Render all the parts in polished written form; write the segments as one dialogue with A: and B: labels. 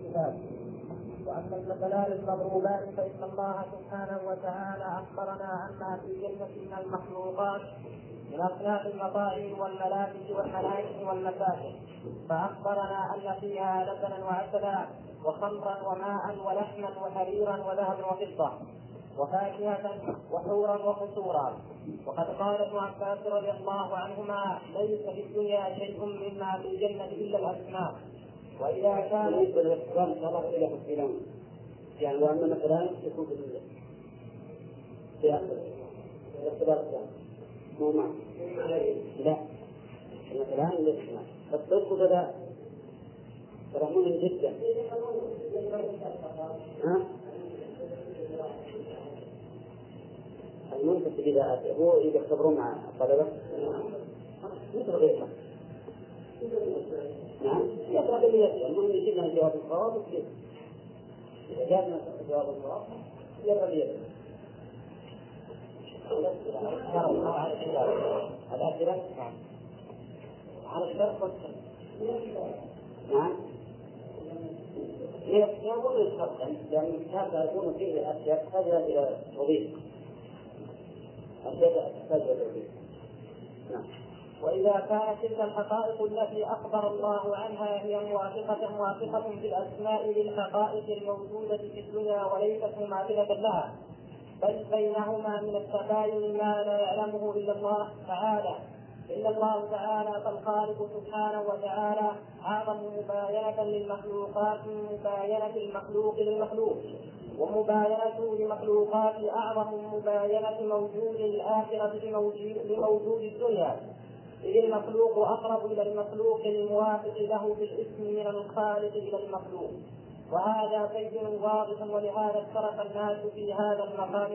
A: الصفات. وأما المثلان المضروبان فإن الله سبحانه وتعالى أخبرنا عما في جنة من المخلوقات من أصناف المطاعم والملابس والملائكة والمساكن، فأخبرنا أن فيها لبنا وعسلا وخمرا وماء ولحما وحريرا وذهبا وفضة وفاكهة وحورا وقصورا. وقد قال ابن عباس رضي الله عنهما: ليس في الدنيا شيء مما في الجنة إلا الأسماء. وإذا كان
B: بالاختبار صار إلى تفصيلان، يعني وأما مثلا يكون في الاختبار مو معه لا مثلا الاختبار الطب بدأ مهم جدا. المنفذ إذا هو يختبرون مع الطلبة مثل غيره. نعم يقرأ باليد، المهم يجيب لنا جواب الصواب وكذا. إذا جابنا جواب الصواب يقرأ باليد. الأسئلة على الشرط والسن. نعم يقول الشرط لأن الكتاب يكون فيه الأشياء تحتاج إلى توضيح.
A: وإذا كانت تلك الحقائق التي أخبر الله عنها هي موافقة بالأسماء للحقائق الموجودة في الدنيا وليست مماثلة لها، بل بينهما من التباين ما لا يعلمه إلا الله تعالى، إلا الله تعالى فالخالق سبحانه وتعالى أعظم مباينة للمخلوقات من مباينة المخلوق للمخلوق، ومباينته لمخلوقات أعظم مباينة موجود الآخرة لموجود الدنيا، إذ المخلوق أقرب إلى المخلوق الموافق له في الاسم من الخالق إلى المخلوق. وهذا بين واضح، ولهذا افترق الناس في هذا المقام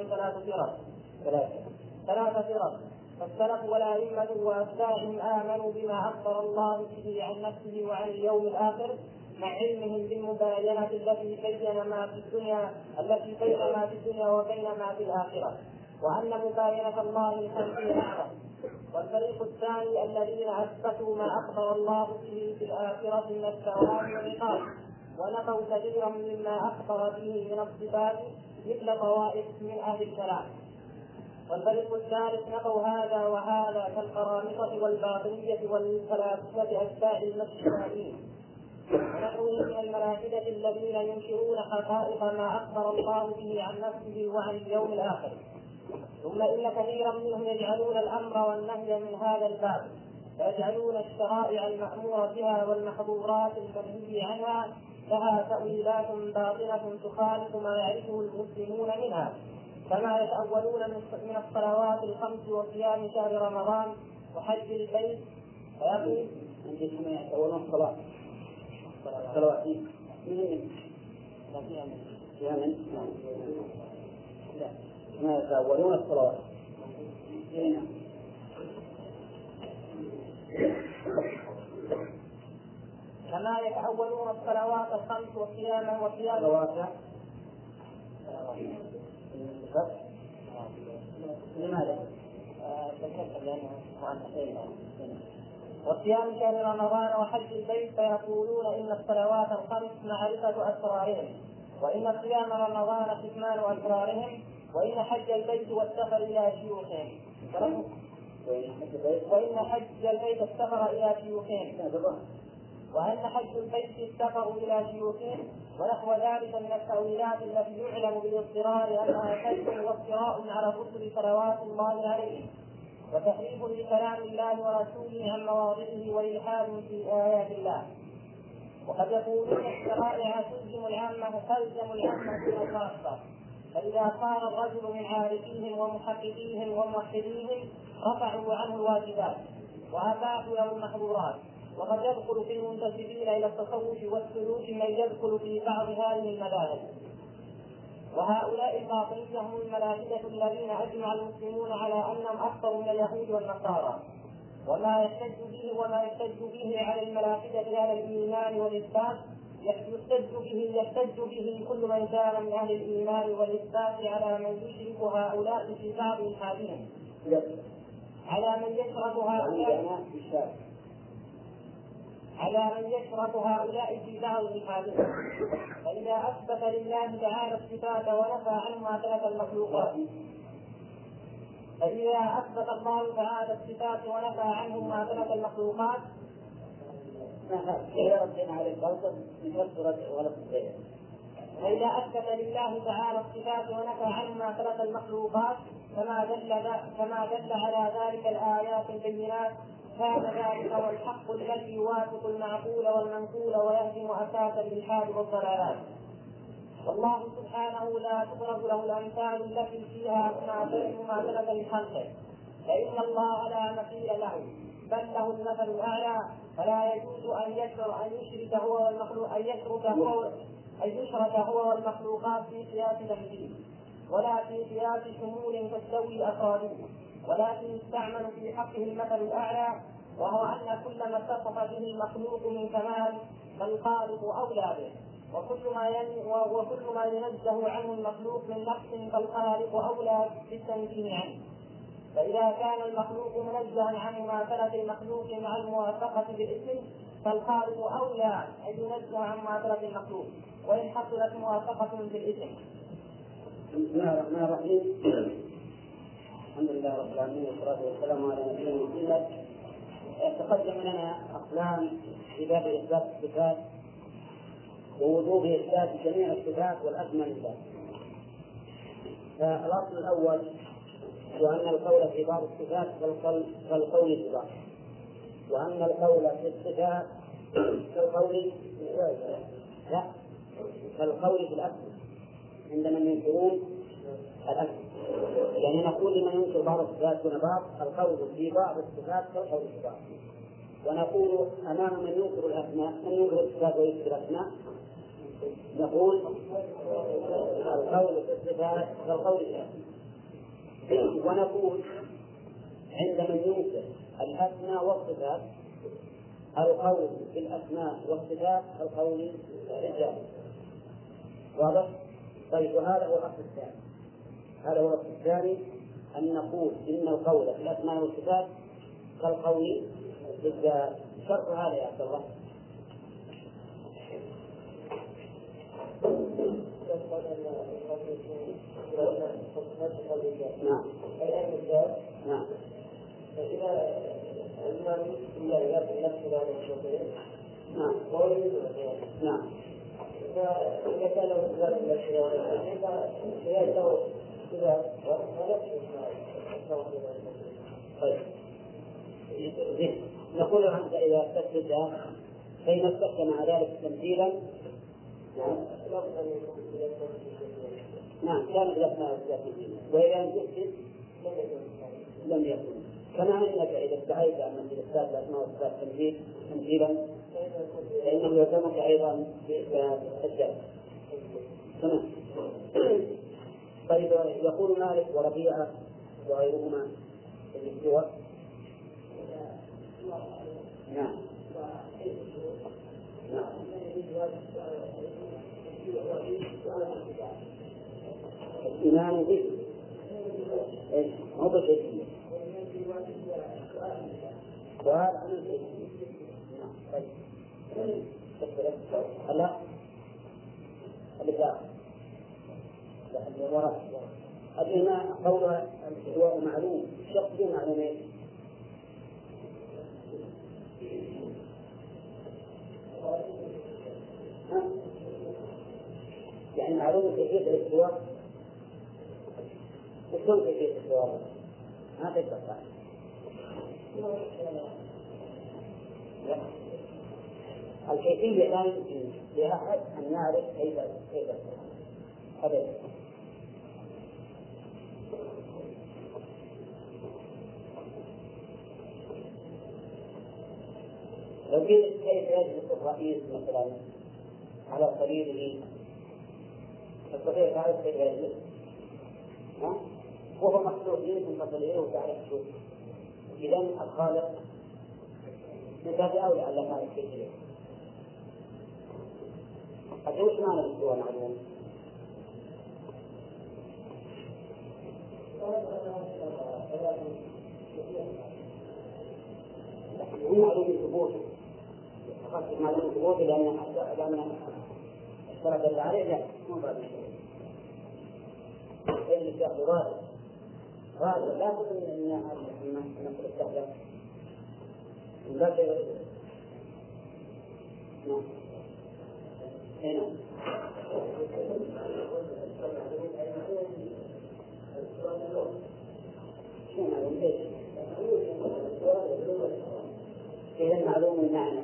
A: ثلاث فرق. فالسلف والأئمة وأتباعهم آمنوا بما أخبر الله به عن نفسه وعن اليوم الآخر مع علمهم بالمباينة التي بين ما في الدنيا وبين ما في الآخرة، وأن مباينة الله الخلق أعظم. والفريق الثاني الذين أثبتوا ما أخبر الله به في الآخرة من الثواب والعقاب، ونفوا كثيرا مما أخبر به من الصفات مثل طوائف من أهل الكلام. والفريق الثالث نفوا هذا وهذا كالقرامطة والباطنية والفلاسفة أتباع المسيحيين، ونحوهم من الملاحدة الذين ينكرون حقائق ما أخبر الله به عن نفسه وعن اليوم الآخر. ثم إن كثيرا منهم يجعلون الأمر والنهي من هذا الباب، فيجعلون الشرائع المأمور بها والمحظورات المنهي عنها لها تأويلات باطلة تخالف ما يعرفه المسلمون منها، كما يتأولون من الصلوات الخمس وصيام شهر رمضان وحج البيت، فيقول
B: عندكم يتأولون الصلاة الصلوات ما يتأولون الصلوات
A: كما يتأولون الصلوات الخمس وصيام
B: لماذا؟
A: وصيام شهر رمضان وحج البيت، فيقولون إن الصلوات الخمس معرفة أسرارهم، وإن صيام رمضان كتمان أسرارهم، وإن حج البيت والسفر إلى شيوخهم، وإن حج البيت السفر إلى شيوخهم، وأن حج البيت السفر إلى شيوخهم، ونحو ذلك من التأويلات التي يعلم بالاضطرار أنها كذب وافتراء على الرسل صلوات الله عليهم، وتحريف لكلام الله ورسوله عن مواضعه وإلحاد في آيات الله. وقد يقولون الشرائع تلزم العامة والخاصة، فإذا صار الرجل من عارفيهم ومحققيهم وموحديهم رفعوا عنه الواجبات وأباحوا له المحظورات. وقد يدخل في المنتسبين إلى التصوف والسلوك من يدخل في بعض هذه المذاهب. وهؤلاء الباطنية هم الملاحدة الذين أجمع المسلمون على أنهم أكثر من اليهود والنصارى، وما يحتج به على الملاحدة على الإيمان والإثبات يحتج به كل من كان من أهل الإيمان والإثبات على من يشرك هؤلاء في بعض الحالين، على من يشرك هؤلاء في بعض حالهم. فإذا أثبت لله تعالى الصفات ونفى عنه ما ترك المخلوقات فإذا أثبت الله تعالى الصفات ونفى عنه ما ترك المخلوقات فإذا أثبت لله تعالى الصفات ونفى عنه ما ترك المخلوقات كما دل على ذلك الآيات البينات كان ذلك هو الحق الذي يوافق المعقول والمنقول ويهدم أساس الإلحاد والضلالات. والله سبحانه لا تضرب له الأمثال التي فيها ما ترك من خلقه، فإن الله لا مثيل له بل له المثل الأعلى، فلا يجوز أن يشرك هو والمخلوقات في قياس تمثيل ولا في قياس شمول تستوي أفراده، ولكن يستعمل في حقه المثل الأعلى، وهو أن كل ما اتصف به المخلوق من كمال فالخالق أولى به، وكل ما ينزه عنه المخلوق من نقص فالخالق أولى بالتنزيه عنه. فإذا كان المخلوق منزها عن مماثلة المخلوق مع الموافقة بالاسم فالخالق أولى أن ينزه عن مماثلة المخلوق وإن حصلت موافقة بالاسم.
B: بسم الله الرحمن الرحيم. الحمد لله رب العالمين والصلاة والسلام على نبينا محمد. تقدم لنا أقسام في باب إثبات الصفات ووجوب إثبات جميع الصفات والأسماء لله. فالأصل الأول هو أن القول في بعض الصفات كالقول في بعض، وأن القول في الصفات كالقول في الأسماء عند من ينكرون الأسماء. يعني نقول لمن ينكر بعض الصفات دون بعض القول في بعض الصفات كالقول في بعض، ونقول أمام من ينكر الأسماء من ينكر الصفات ويثبت الأسماء نقول القول في الصفات كالقول في الأسماء، ونقول عند من ينكر الأسماء والصفات القول في الأسماء والصفات كالقول في الذات. واضح؟ طيب، وهذا هو الأصل الثاني. هذا هو الأصل الثاني، أن نقول إن القول في الأسماء والصفات كالقول في الذات. شرط هذا يا عبد الله. نعم. نعم.
A: فإذا المعنى إلا يأتي نفسه على الشيء.
B: نعم. نعم.
A: فإذا كان ذلك الأشياء فيأتوا إذا
B: طيب. نقول عنك إذا استثبت فإن استثبت مع ذلك تمثيلا. نعم. كانت الأسماء والصفات، وإذا تثبت لم يكن. كما أنك إذا ادعيت أن إثبات الأسماء والصفات تمثيلا فإنه يلزمك أيضا بإثبات الذات. تمام. طيب، يقول مالك وربيعة وغيرهما الاستواء. نعم. نعم. الإيمان به هو بالكيفية وهذا عن الكيفية. طيب، هلا الإجابة الإيمان قول الاستواء معلوم، شخص معلومين. يعني معلوم كيفية الاستواء، وشلون كيفية الاستواء؟ ما تقدر تعرف. الكيفية لا يمكن لأحد أن يعرف كيف هذا. لو قلت كيف يجلس الرئيس مثلا على سريره تستطيع تعرف كيف يجلس؟ وهو مخلوق يمكن تصل إليه وتعرف شو. إذا الخالق من باب أولى أن لا تعرف كيف يجلس. حتى وش معنى الاستواء معلوم؟ هو معلوم ثبوته قصد معلوم الثبوت لأن اشترط عليه لا مو باب اللي فيه غالب لا بد من نقول السهلة لا غير نعم هنا إذا معلوم المعنى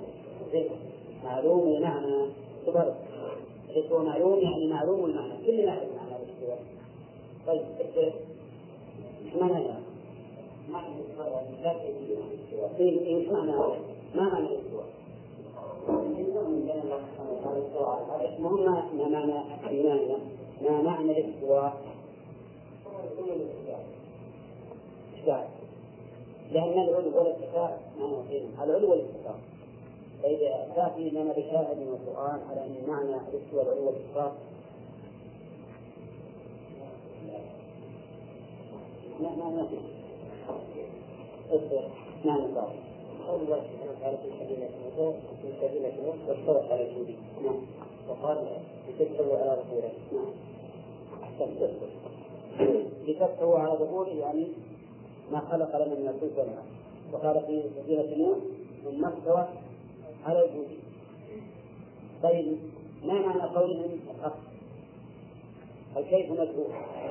B: معلوم المعنى تبرر يكون معلوم يعني معلوم المعنى كل نعرف معنى الاستواء. طيب ايش معنى معنى الاستواء؟ ايش معنى ما معنى الاستواء؟ ما معنى إيماننا ما معنى الاستواء؟ لأن العلو والاتفاق معنى العلو والاتفاق. فإذا تأتي لنا بشاهد من القرآن على أن معنى الاستواء العلو والاتفاق ما في معنى الضابط. الله سبحانه وتعالى في سبيل الموت في سبيل الموت والصرف على الجودي. نعم. وقال لتستووا على ظهوره. نعم. أحسن لتستووا على ظهوره يعني ما خلق لنا من الكل والمعنى. وقال في سبيل الموت ثم استوى على الجودي. طيب ما معنى قولهم الحق؟ الكيف مجهول.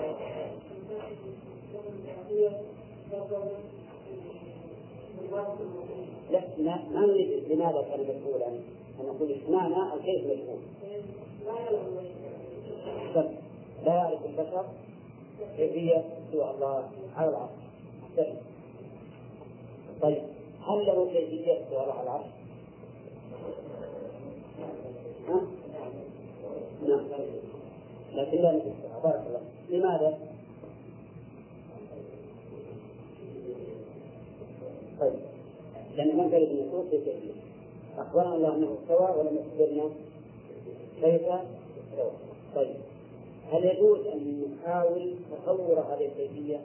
B: لا ما نريد لماذا كان مجهولا؟ أن نقول معنى الكيف مجهول. لا يعرف البشر كيفية سوى الله على العرش. طيب هل له كيفية سوى الله على العرش؟ نعم لكن لا نجد. بارك الله. لماذا؟ طيب لأن من قال النصوص في كيفية أخبرنا الله أنه استوى ولم يخبرنا كيف استوى. طيب هل يجوز أن نحاول تصور هذه الكيفية؟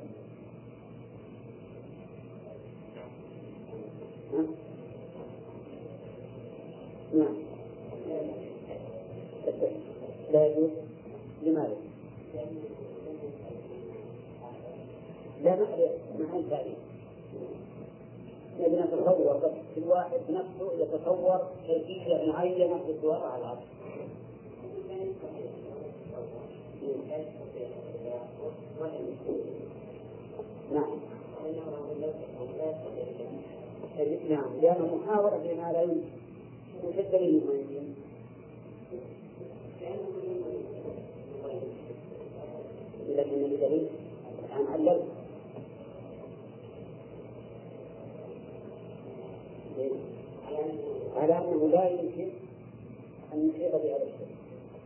B: نعم لا يجوز. لماذا؟ لا مع التعليم نبي نتصور بس كل واحد نفسه يتصور كيفية معينة في الدواء على العرش. نعم نعم لأنه محاولة بما لا يمكن وجد للمؤمنين. لكن الدليل عن علل على أنه لا يمكن أن نحيط بهذا الشيء.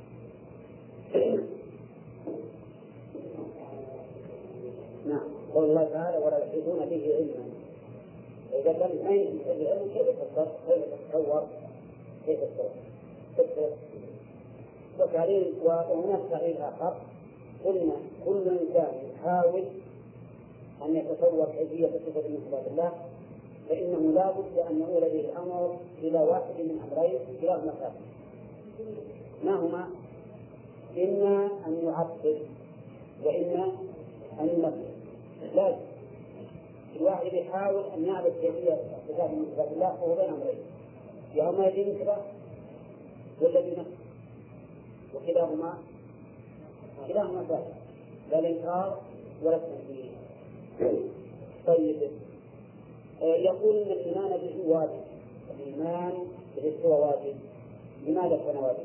B: نعم قول الله تعالى ولا يحيطون به علما. إذا كان ما يمكن العلم كيف تتصور كيف تتصور وتعليل. وهناك تعليل آخر قلنا كل إنسان يحاول أن يتصور كيفية صفة من صفات الله فإنه لا بد أن يؤول به الأمر إلى واحد من أمرين كلاهما كافر. ما هما؟ إما أن يعطل وإما أن ينفذ. لازم الواحد يحاول أن يعرف كيفية صفات من صفات الله وهو بين أمرين يا إما ينكره ولا ينفذ وكلاهما كافر لا الإنكار ولا التنفيذ. طيب يقول ان الايمان به واجب. الايمان به هو واجب. لماذا كان واجب؟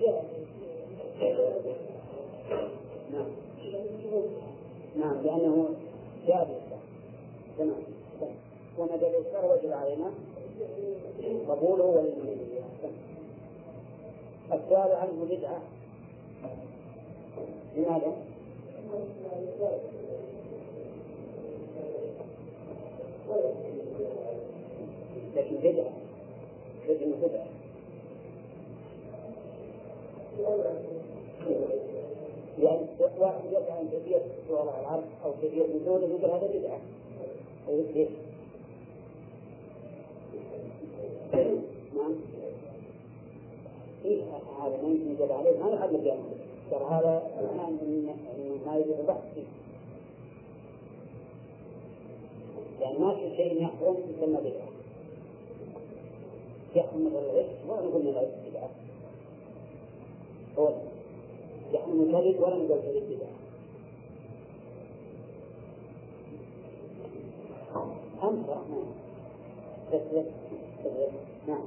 B: نعم نعم لانه جاء بالاسلام. تمام وما جاء بالاسلام وجب علينا قبوله والايمان به. السؤال عنه بدعه. لماذا؟ لكن بدعة يعني واحد يسأل عن كيفية السؤال على العرش أو كيفية نزوله يقول هذا بدعة. نعم هذا ما يمكن يجب عليه ما يحل الجامعة ترى هذا الآن ما يجب البحث فيه يعني ما في شيء يحرم يسمى بدعة يحرم مثل الغش ولا نقول له غش بدعة هو يحرم الكذب ولا نقول كذب بدعة أمس رحمن نعم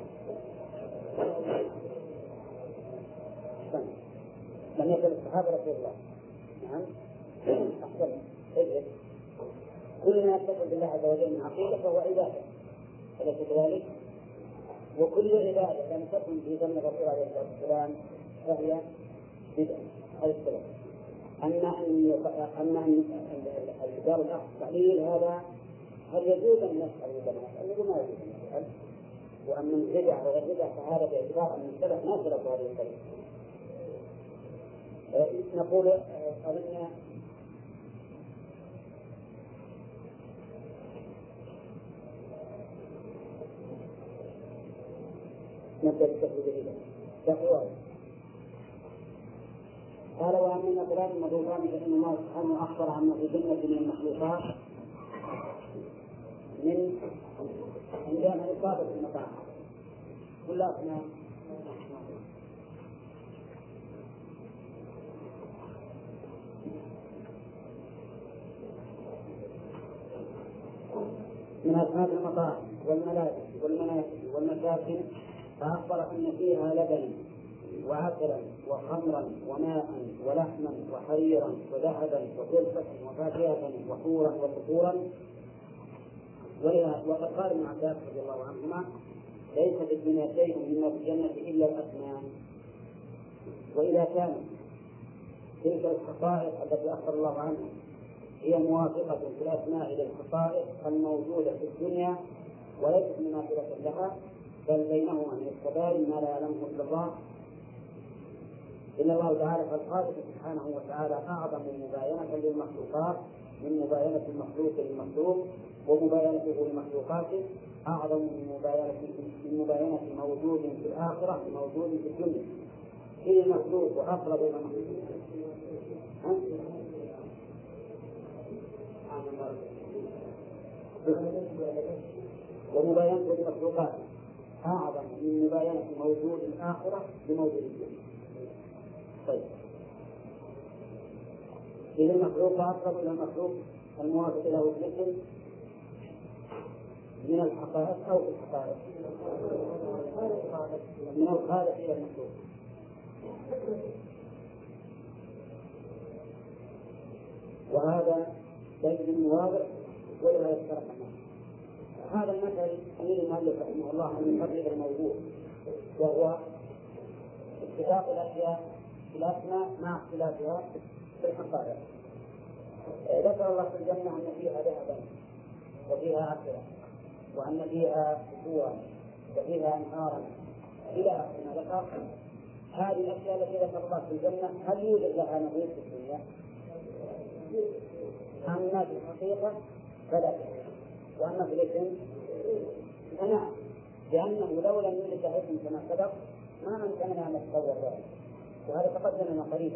B: لم يكن الصحابة رسول الله نعم أحسن اجلس كل ما يتصل بالله عز وجل من عقيدة فهو عبادة أليس كذلك؟ وكل عبادة لم تكن في ذم الرسول عليه الصلاة والسلام فهي بدعة هذا السبب أما أن الإجابة الأخ التعليل هذا هل يجوز أن نسأل البنات؟ أنه ما يجوز أن نسأل وأما البدع وغير البدع فهذا باعتبار أن السلف ما سلكوا هذه الطريقة نقول أظن نبدأ بالتفريق الجديد تقوى قال وأما ثلاث المضروبان فإن الله سبحانه أخبر عما في جنة من المخلوقات من عندما إصابة المطاعم كل أصنام من أصناف المطاعم والملابس والمنازل والمساكن فأخبر أن فيها لبنا وعسلا وخمرا وماء ولحما وحريرا وذهبا وفضة وفاكهة وحورا وقصورا وقد قال ابن عباس رضي الله عنهما ليس في الدنيا شيء مما في الجنة إلا الأسنان وإذا كانت تلك الحقائق التي أخبر الله عنها هي موافقة في الأسماء للحقائق الموجودة في الدنيا وليست مناسبة لها بل بينهما من الكبائر ما لا يعلمه إلا الله إن الله تعالى فالخالق سبحانه وتعالى أعظم مباينة للمخلوقات من مباينة المخلوق للمخلوق ومباينته لمخلوقاته أعظم من مباينة موجود في الآخرة موجود في الدنيا في المخلوق وأقرب إلى المخلوق ومباينته لمخلوقاته أعظم من مباينة موجود الآخرة بموجود الدنيا. طيب إذا المخلوق أقرب إلى المخلوق الموافق له مثل من الحقائق أو في الحقائق من الخالق إلى المخلوق وهذا دليل واضح ولا يفترق الناس. هذا المثل يريد المؤلف رحمه الله أن يقرب الموضوع وهو اتفاق الأشياء في الأسماء مع اختلافها في الحقائق. ذكر الله في الجنة أن فيها ذهبا وفيها عسلا وأن فيها قصورا وفيها أنهارا إلى آخر ما ذكر. هذه الأشياء التي ذكر الله في الجنة هل يوجد لها نظير في الدنيا؟ أما في الحقيقة فلا، وأما في الاسم فنعم، لأنه لو لم يوجد له اسم كما سبق ما أمكننا أن نتصور ذلك، وهذا تقدم لنا قريبا.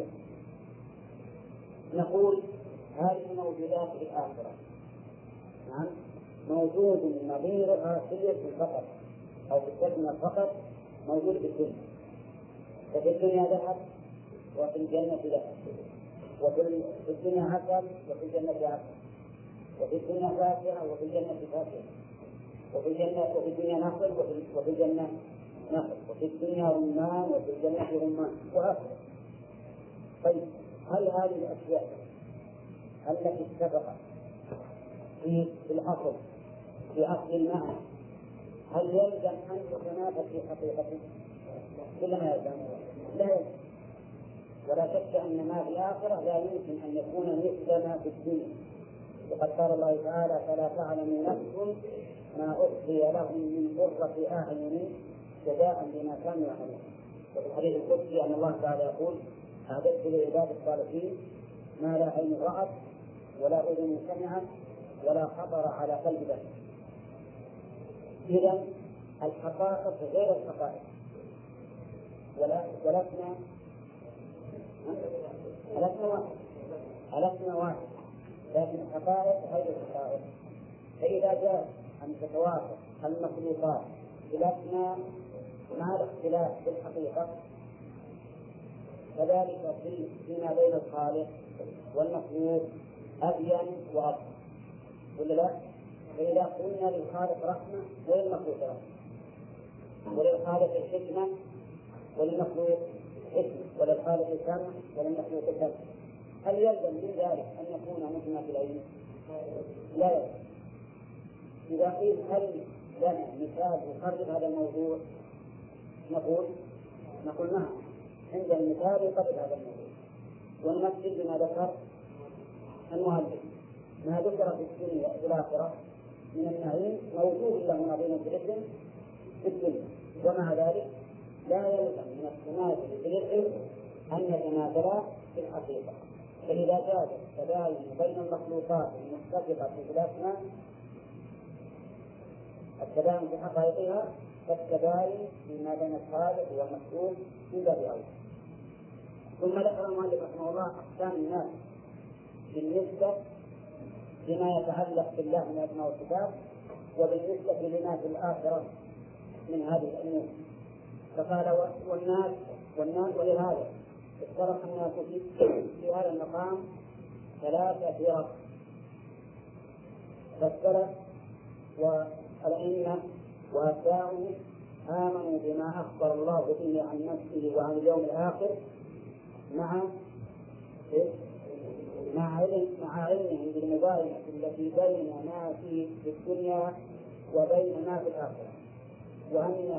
B: نقول هذه موجودات في الآخرة، نعم موجود نظيرها في فقط أو في التسمية فقط موجود في الدنيا، ففي الدنيا ذهب وفي الجنة ذهب، وفي الدنيا عسل وفي الجنة عسل، وفي الدنيا فاكهة وفي الجنة فاكهة، وفي الدنيا نخل وفي الجنة نخل، وفي الدنيا رمان وفي الجنة رمان وهكذا. طيب هل هذه الأشياء التي اتفقت في الأصل في أصل المعنى هل يلزم أن تتنافس في حقيقته؟ كل ما يلزم لا يلزم، ولا شك أن ما في الآخرة لا يمكن أن يكون مثل ما في الدنيا، وقد قال الله تعالى فلا تعلم نفس ما أخفي لهم من قرة أعين جزاء بما كانوا يعملون. وفي الحديث القدسي أن الله تعالى يقول أعددت لعباد الصالحين ما لا عين رأت ولا أذن سمعت ولا خطر على قلب بشر. إذا الحقائق غير الحقائق، ولسنا واحد، لكن الحقائق غير الحقائق. فإذا جاء أن تتوافق المخلوقات بلسنا مع الاختلاف في الحقيقة، كذلك فيما بين الخالق والمخلوق أبين وأبين، ولا لا؟ فإذا قلنا للخالق رحمة وللمخلوق رحمة، وللخالق الحكمة وللمخلوق حكمة، وللخالق السمع وللمخلوق السمع، هل يلزم من ذلك أن يكون متماثلين؟ لا يلزم. إذا قيل هل لنا مثال يقرب هذا الموضوع؟ نقول نعم، عند المثال يقرب هذا الموضوع، ونمثل بما ذكر المؤلف. ما ذكر في الدنيا في الآخرة من النعيم موجود له نظير في الاسم في الدنيا، ومع ذلك لا يلزم من التماثل في الاسم أن يتماثلا في الحقيقة. فإذا جاز التباين بين المخلوقات المتفقة في الأسماء التباين في حقائقها كالتباين فيما بين الخالق والمخلوق من باب أولى. ثم ذكر المؤلف رحمه الله أقسام الناس بالنسبة لما يتعلق بالله من الأسماء والصفات، وبالنسبة لما في الآخرة من هذه الأمور. فقال والناس ولهذا افترق الناس في هذا المقام ثلاثة فرق، فالسلف والأئمة وأتباعه آمنوا بما أخبر الله به عن نفسه وعن اليوم الآخر مع علمهم بالمباينة التي بين ما في الدنيا وبين ما في الآخرة، وأن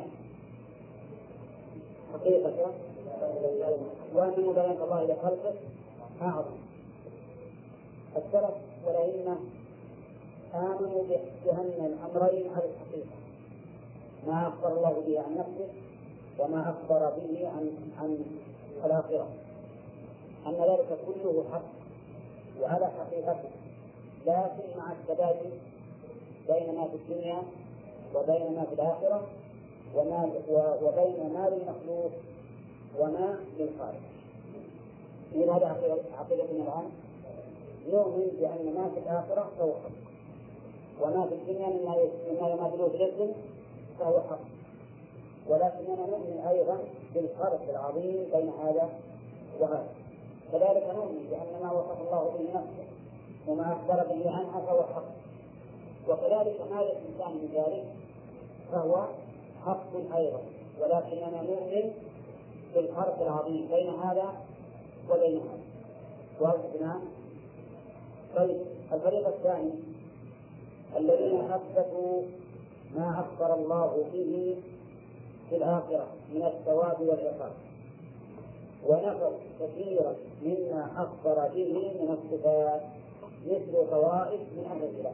B: حقيقة وأن مباينة الله لخلقه أعظم. السلف والأئمة آمنوا بأن الأمرين على الحقيقة، ما أخبر الله به عن نفسه وما أخبر به عن الآخرة، أن ذلك كله حق وعلى حقيقته، لكن مع التباين بين ما في الدنيا وبين ما في الآخرة وبين ما للمخلوق وما للخالق. من هذا عقيدتنا الآن نؤمن بأن ما في الآخرة فهو حق، وما في الدنيا مما يماثله في الاسم فهو حق، ولكننا نؤمن أيضا بالفرق العظيم بين هذا وهذا. كذلك نؤمن بأن ما وصف الله به نفسه وما أخبر به عنها فهو حق، وكذلك ما الإنسان من ذلك فهو حق أيضا، ولكننا نؤمن بالفرق العظيم بين هذا وبين هذا. واضح؟ طيب، الفريق الثاني الذين أثبتوا ما أخبر الله به في الآخرة من الثواب والعقاب، ونفوا كثيرا مما أخبر به من الصفات، مثل طوائف من أهل الكلام.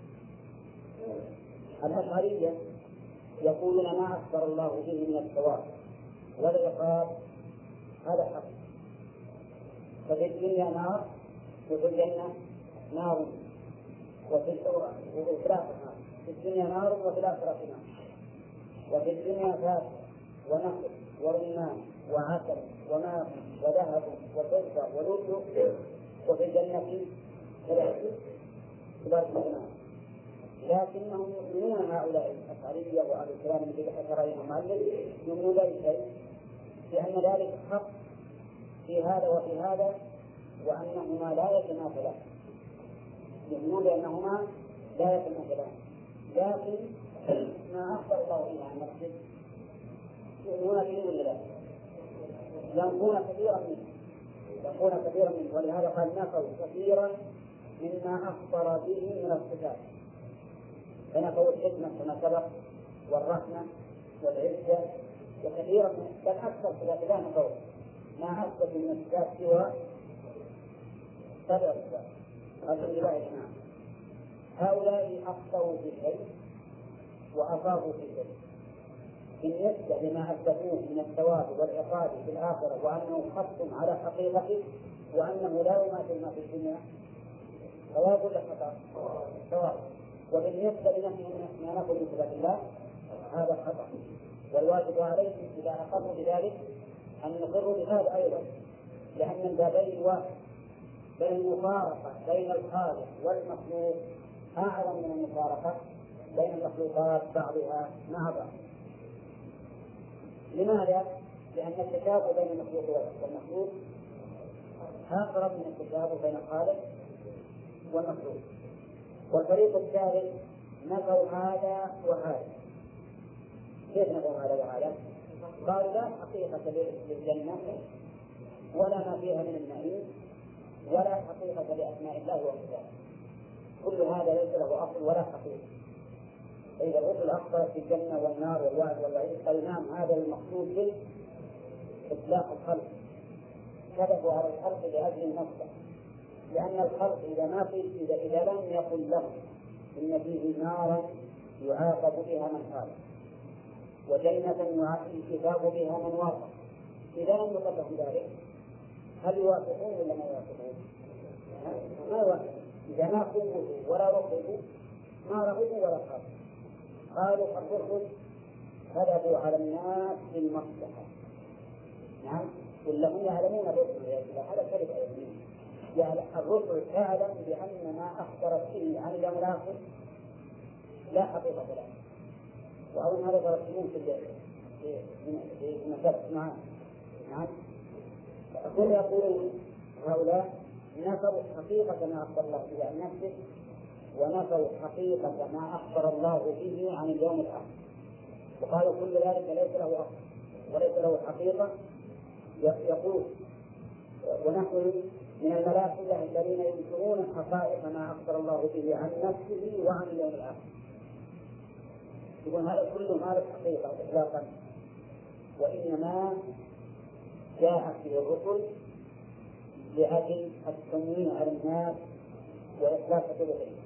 B: الأشعرية يقولون ما أخبر الله به من الثواب والعقاب هذا حق، ففي الدنيا نار وفي الجنة نار وفي الآخرة نار، في الدنيا نار وفي الآخرة نار، وفي الدنيا فاكهة ونخل ورمان وعسل وماء وذهب وفضة ولؤلؤ، وفي الجنة كبار النار. لكنهم يؤمنون هؤلاء الأشعرية وأهل الكلام الذي ذكر عليهم المؤلف يؤمنون بشيء، بأن ذلك حق في هذا وفي هذا، وأنهما لا يتماثلان. يؤمنون بأنهما لا يتماثلان، لكن ما أخبر الله به عن نفسه يؤمنون به ولا لا؟ ينفون كثيرا منه، ولهذا قال نفوا كثيرا مما أخبر به من الصفات، فنفوا الحكمة كما سبق والرحمة والعزة، وكثيرا بل أكثر لا نفوا ما أثبت من الصفات سوى 7 صفات. هذا لله الإمام. هؤلاء أخطأوا في شيء وأصابوا في شيء بالنسبة لما أثبتوه من الثواب والعقاب في الآخرة، وأنه حق على حقيقته، وأنه لا يماثل ما في الدنيا. ثواب ولا خطأ؟ ثواب. وبالنسبة لنفي ما نقول من صفات الله هذا خطأ، والواجب عليهم إذا أقروا بذلك نقر بهذا أيضا، لأن البابين واحد، بل المفارقة بين الخالق والمخلوق أعظم من المفارقة بين المخلوقات بعضها مع بعض. لماذا؟ لأن التشابه بين المخلوق والمخلوق أقرب من التشابه بين الخالق والمخلوق. والفريق الثالث نفوا هذا وهذا. كيف نفوا هذا وهذا؟ قالوا لا حقيقة للجنة ولا ما فيها من النعيم ولا حقيقة لأسماء الله وصفاته، كل هذا ليس له أصل ولا حقيقة. إذا الرسل أخبرت في الجنة والنار والوعد والوعيد قال نعم هذا المقصود به إطلاق الخلق، كذبوا على الخلق لأجل المصلحة، لأن الخلق إذا لم يقل له إن فيه نارا يعاقب بها من خالف وجنة يثاب بها من وافق، إذا لم يقل لهم ذلك هل يوافقون ولا ما يوافقون؟ ما يوافقون. إذا ما قوموا ولا رغبوا ما رغبوا ولا خافوا. قالوا الرسل كذبوا على الناس بالمصلحة. نعم ولا هم يعلمون الرسل هذا كذب أيضا. يعني الرسل تعلم بأن ما أخبرت به عن اليوم الآخر لا حقيقة له، وأول هذا درسنون في مسألة معاه. نعم هم يقولون هؤلاء نفوا حقيقة ما أخبر الله به عن نفسه ونفوا حقيقة ما أخبر الله به عن اليوم الآخر، وقالوا كل ذلك ليس له أصل وليس له حقيقة. يقول ونحن من الملائكة الذين ينكرون حقائق ما أخبر الله به عن نفسه وعن اليوم الآخر. يقول هذا كله ما له حقيقة إطلاقا، وإنما جاءت به الرسل لأجل التموين على الناس وإطلاق حدودهم.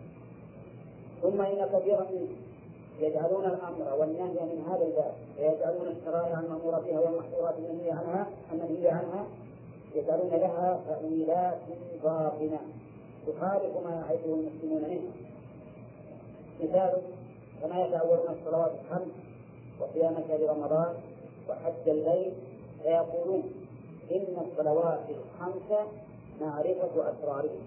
B: ثم إن كثيرا منهم يجعلون الأمر والنهي من هذا الباب ويجعلون الشرائع المأمورة بها والمحظورات المنهية عنها يجعلون لها تأويلات باطنة تخالف ما يعرفه المسلمون منه. مثال كما يتأولون الصلوات الخمس وصيام شهر رمضان وحج البيت فيقولون إن الصلوات الخمس معرفة أسرارهم.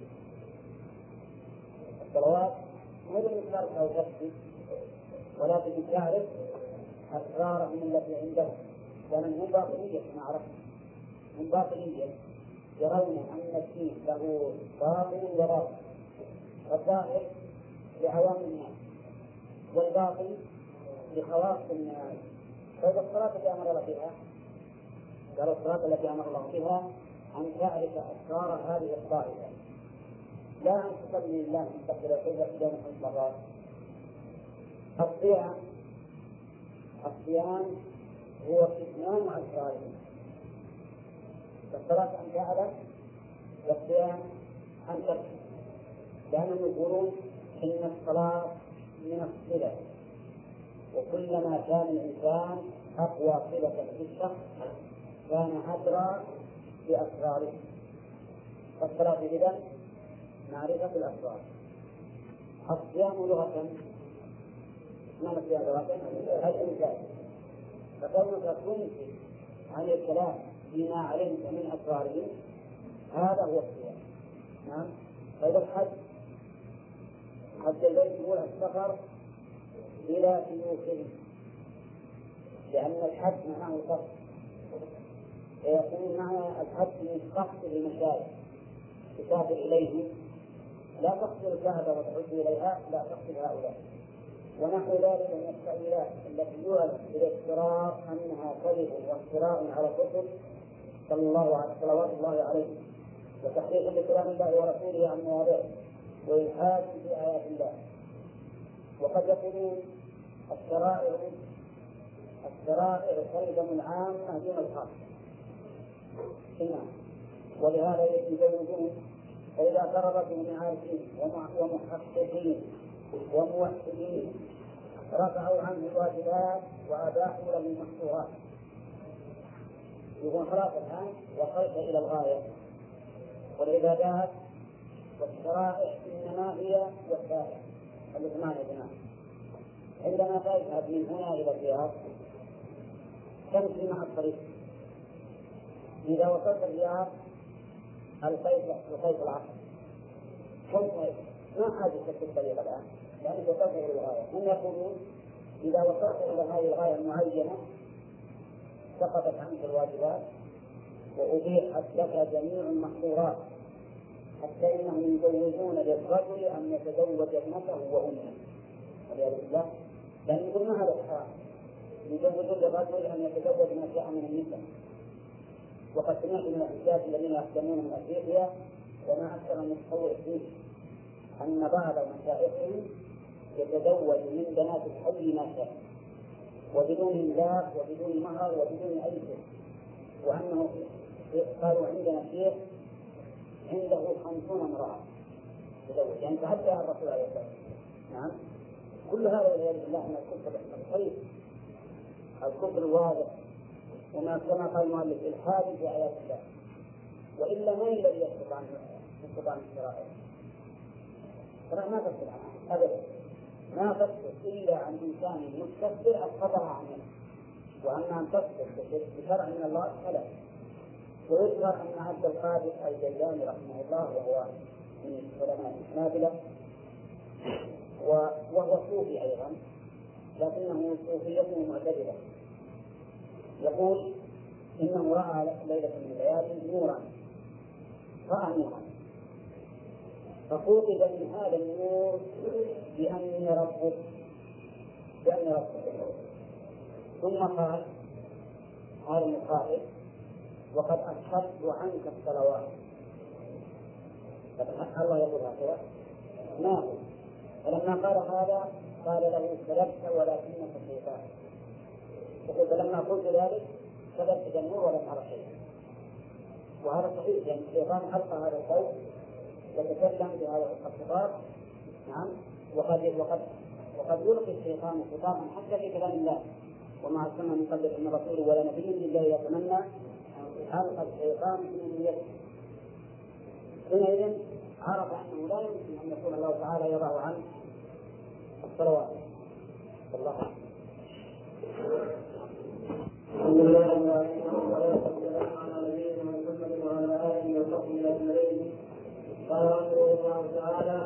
B: الصلوات مو بالمثال أو تكفي ولكن تعرف أسرارهم التي عندهم، ومن هم باطنية كما عرفنا، هم باطنية يرون أن الدين له باطن وباطن، الظاهر لعوام الناس والباطن لخواص الناس. فإذا الصلاة التي أمر الله بها قالوا الصلاة التي أمر الله بها أن تعرف أسرار هذه الطائفة، لا أن تصلي لله مستقبل القبلة في يوم 5 مرات. الصيام هو كتمان أسرارهم، فالصلاة أن تعلم والصيام أن تكفي، لأنهم يقولون إن الصلاة من الصلة، وكلما كان الإنسان أقوى صلة بالشخص كان أدرى بأسراره. فالصلاة إذن معرفة الأسرار. الصيام لغة ما الصيام لغة؟ الإنسان. فكونك تنفي عن الكلام بما علمت من أسراره هذا هو الصيام. نعم. فإذا حج البيت يقول السفر إلى سيوفه، لأن الحج معناه القصد، فيكون معنى الحج من قصد المشايخ تسافر إليه، لا تقصد الكعبة وتحج إليها، لا تقصد هؤلاء. ونحو ذلك من التأويلات التي يعلم بالافتراء أنها كذب وافتراء على الرسل صلوات الله عليه، وتحريف لكلام الله ورسوله عن مواضعه، وإلحاد في آيات الله. وقد يقولون الشرائع تلزم العامة دون الخاصة. ولهذا يجوزون فإذا قرب بهم عارفين ومحققين وموحدين رفعوا عنه الواجبات وأباحوا له المحظورات. يقول خلاص الآن وصلت إلى الغاية، والعبادات والشرائع إنما هي وسائل الإتمام يا جماعة. عندما تذهب من هنا إلى الرياض تمشي مع الطريق إذا وصلت الرياض القيت العصر حكم ما حاجة في الطريق الآن لأنك وصلت إلى الغاية. هم يقولون إذا وصلت إلى هذه الغاية المعينة سقطت عنك الواجبات وأبيحت لك جميع المحظورات، حتى إنهم يجوزون للرجل أن يتزوج ابنته وأمه والعياذ بالله، لأن يقول ما هذا الحرام، يجوزون للرجل أن يتزوج ما شاء من النساء. وقد سمعت من الرجال الذين يقدمون من أفريقيا وما أكثر المتصور فيه أن بعض مشايخهم يتزوج من بنات الحي ما شاء وبدون إملاك وبدون مهر وبدون أي شيء، وأنه قالوا عندنا شيخ عنده 50 امرأة تزوج، يعني تعدى الرسول عليه الصلاة والسلام. نعم، كل هذا والعياذ بالله من الكفر الصحيح، الكفر الواضح، وما كما قال المؤلف الحادث في آيات الله. وإلا من الذي يسقط عن الشرائع؟ ترى ما تسقط عنها أبدا، ما تسقط إلا عن إنسان مستكبر أسقطها عنه، وأما أن تسقط بشرع من الله فلا. ويذكر أن عبد القادر الجيلاني رحمه الله وهو من علماء الحنابلة وهو صوفي أيضا لكنه صوفيته معتدلة، يقول إنه رأى ليلة من الليالي نورا، رأى نورا فقوقب من هذا النور بأني ربك ثم قال هذا المخاطب وقد أشهدت عنك الصلوات. الله يقول هكذا ما هو. فلما قال هذا قال له كذبت ولكنك شيطان. فلما قلت ذلك كذبت النور ولم أرى شيئا. وهذا صحيح، يعني الشيطان ألقى هذا القول وتكلم بهذا الخطاب. نعم، وقد يلقي الشيطان خطابا حتى في كلام الله، وما أرسلنا من قبل من رسول ولا نبي إلا يتمنى ألقى الشيطان في أمنيته. حينئذ عرف أنه لا يمكن أن يكون الله تعالى يضع عنه الصلوات. الله
A: الحمد لله والصلاة والسلام على نبينا محمد وعلى آله وصحبه أجمعين. قال رحمه الله تعالى: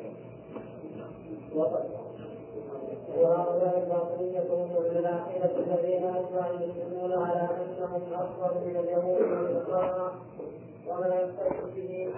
A: وهؤلاء الباطنية هم الملاحدة الذين أجمع المسلمون على أنهم أكثر من اليهود والنصارى، وما يحتج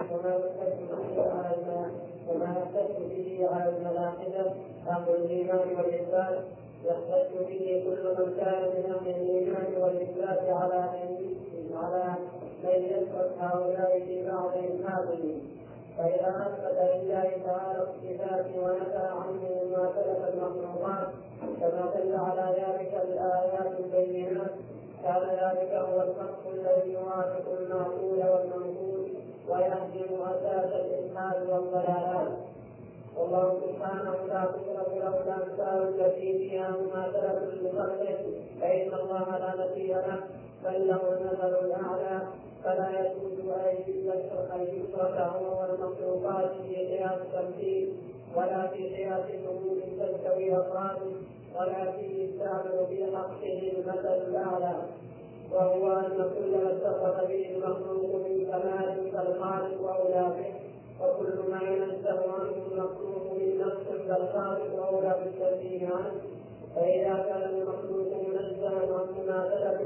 A: به على الملاحدة أهل الإيمان والإثبات يحتج به كل من كان من أهل الإيمان والإثبات على من يثبت هؤلاء في بعض إثباتهم. فإذا أثبت لله تعالى الصفات ونفى عنه ما سلف المخلوقات كما دل على ذلك الآيات البينات كان ذلك هو الحق الذي يوافق المعقول والمنقول ويهدم أساس الإلحاد والضلالات. والله سبحانه لا تشرك له الأمثال التي فيها مماثلة لخلقه، فإن الله لا مثيل له بل له المثل الأعلى، فلا يجوز أن يشرك هو والمخلوقات في قياس التمثيل ولا في قياس النمو تستوي أفراده، ولكن يستعمل في حقه المثل الأعلى، وهو أن كل ما اتصف به المخلوق من كمال فالخالق وأولى به، وكل ما ينزه عنه المخلوق من نقص فالخالق أولى بالتنزيه عنه. فإذا كان المخلوق منزها عن مماثلة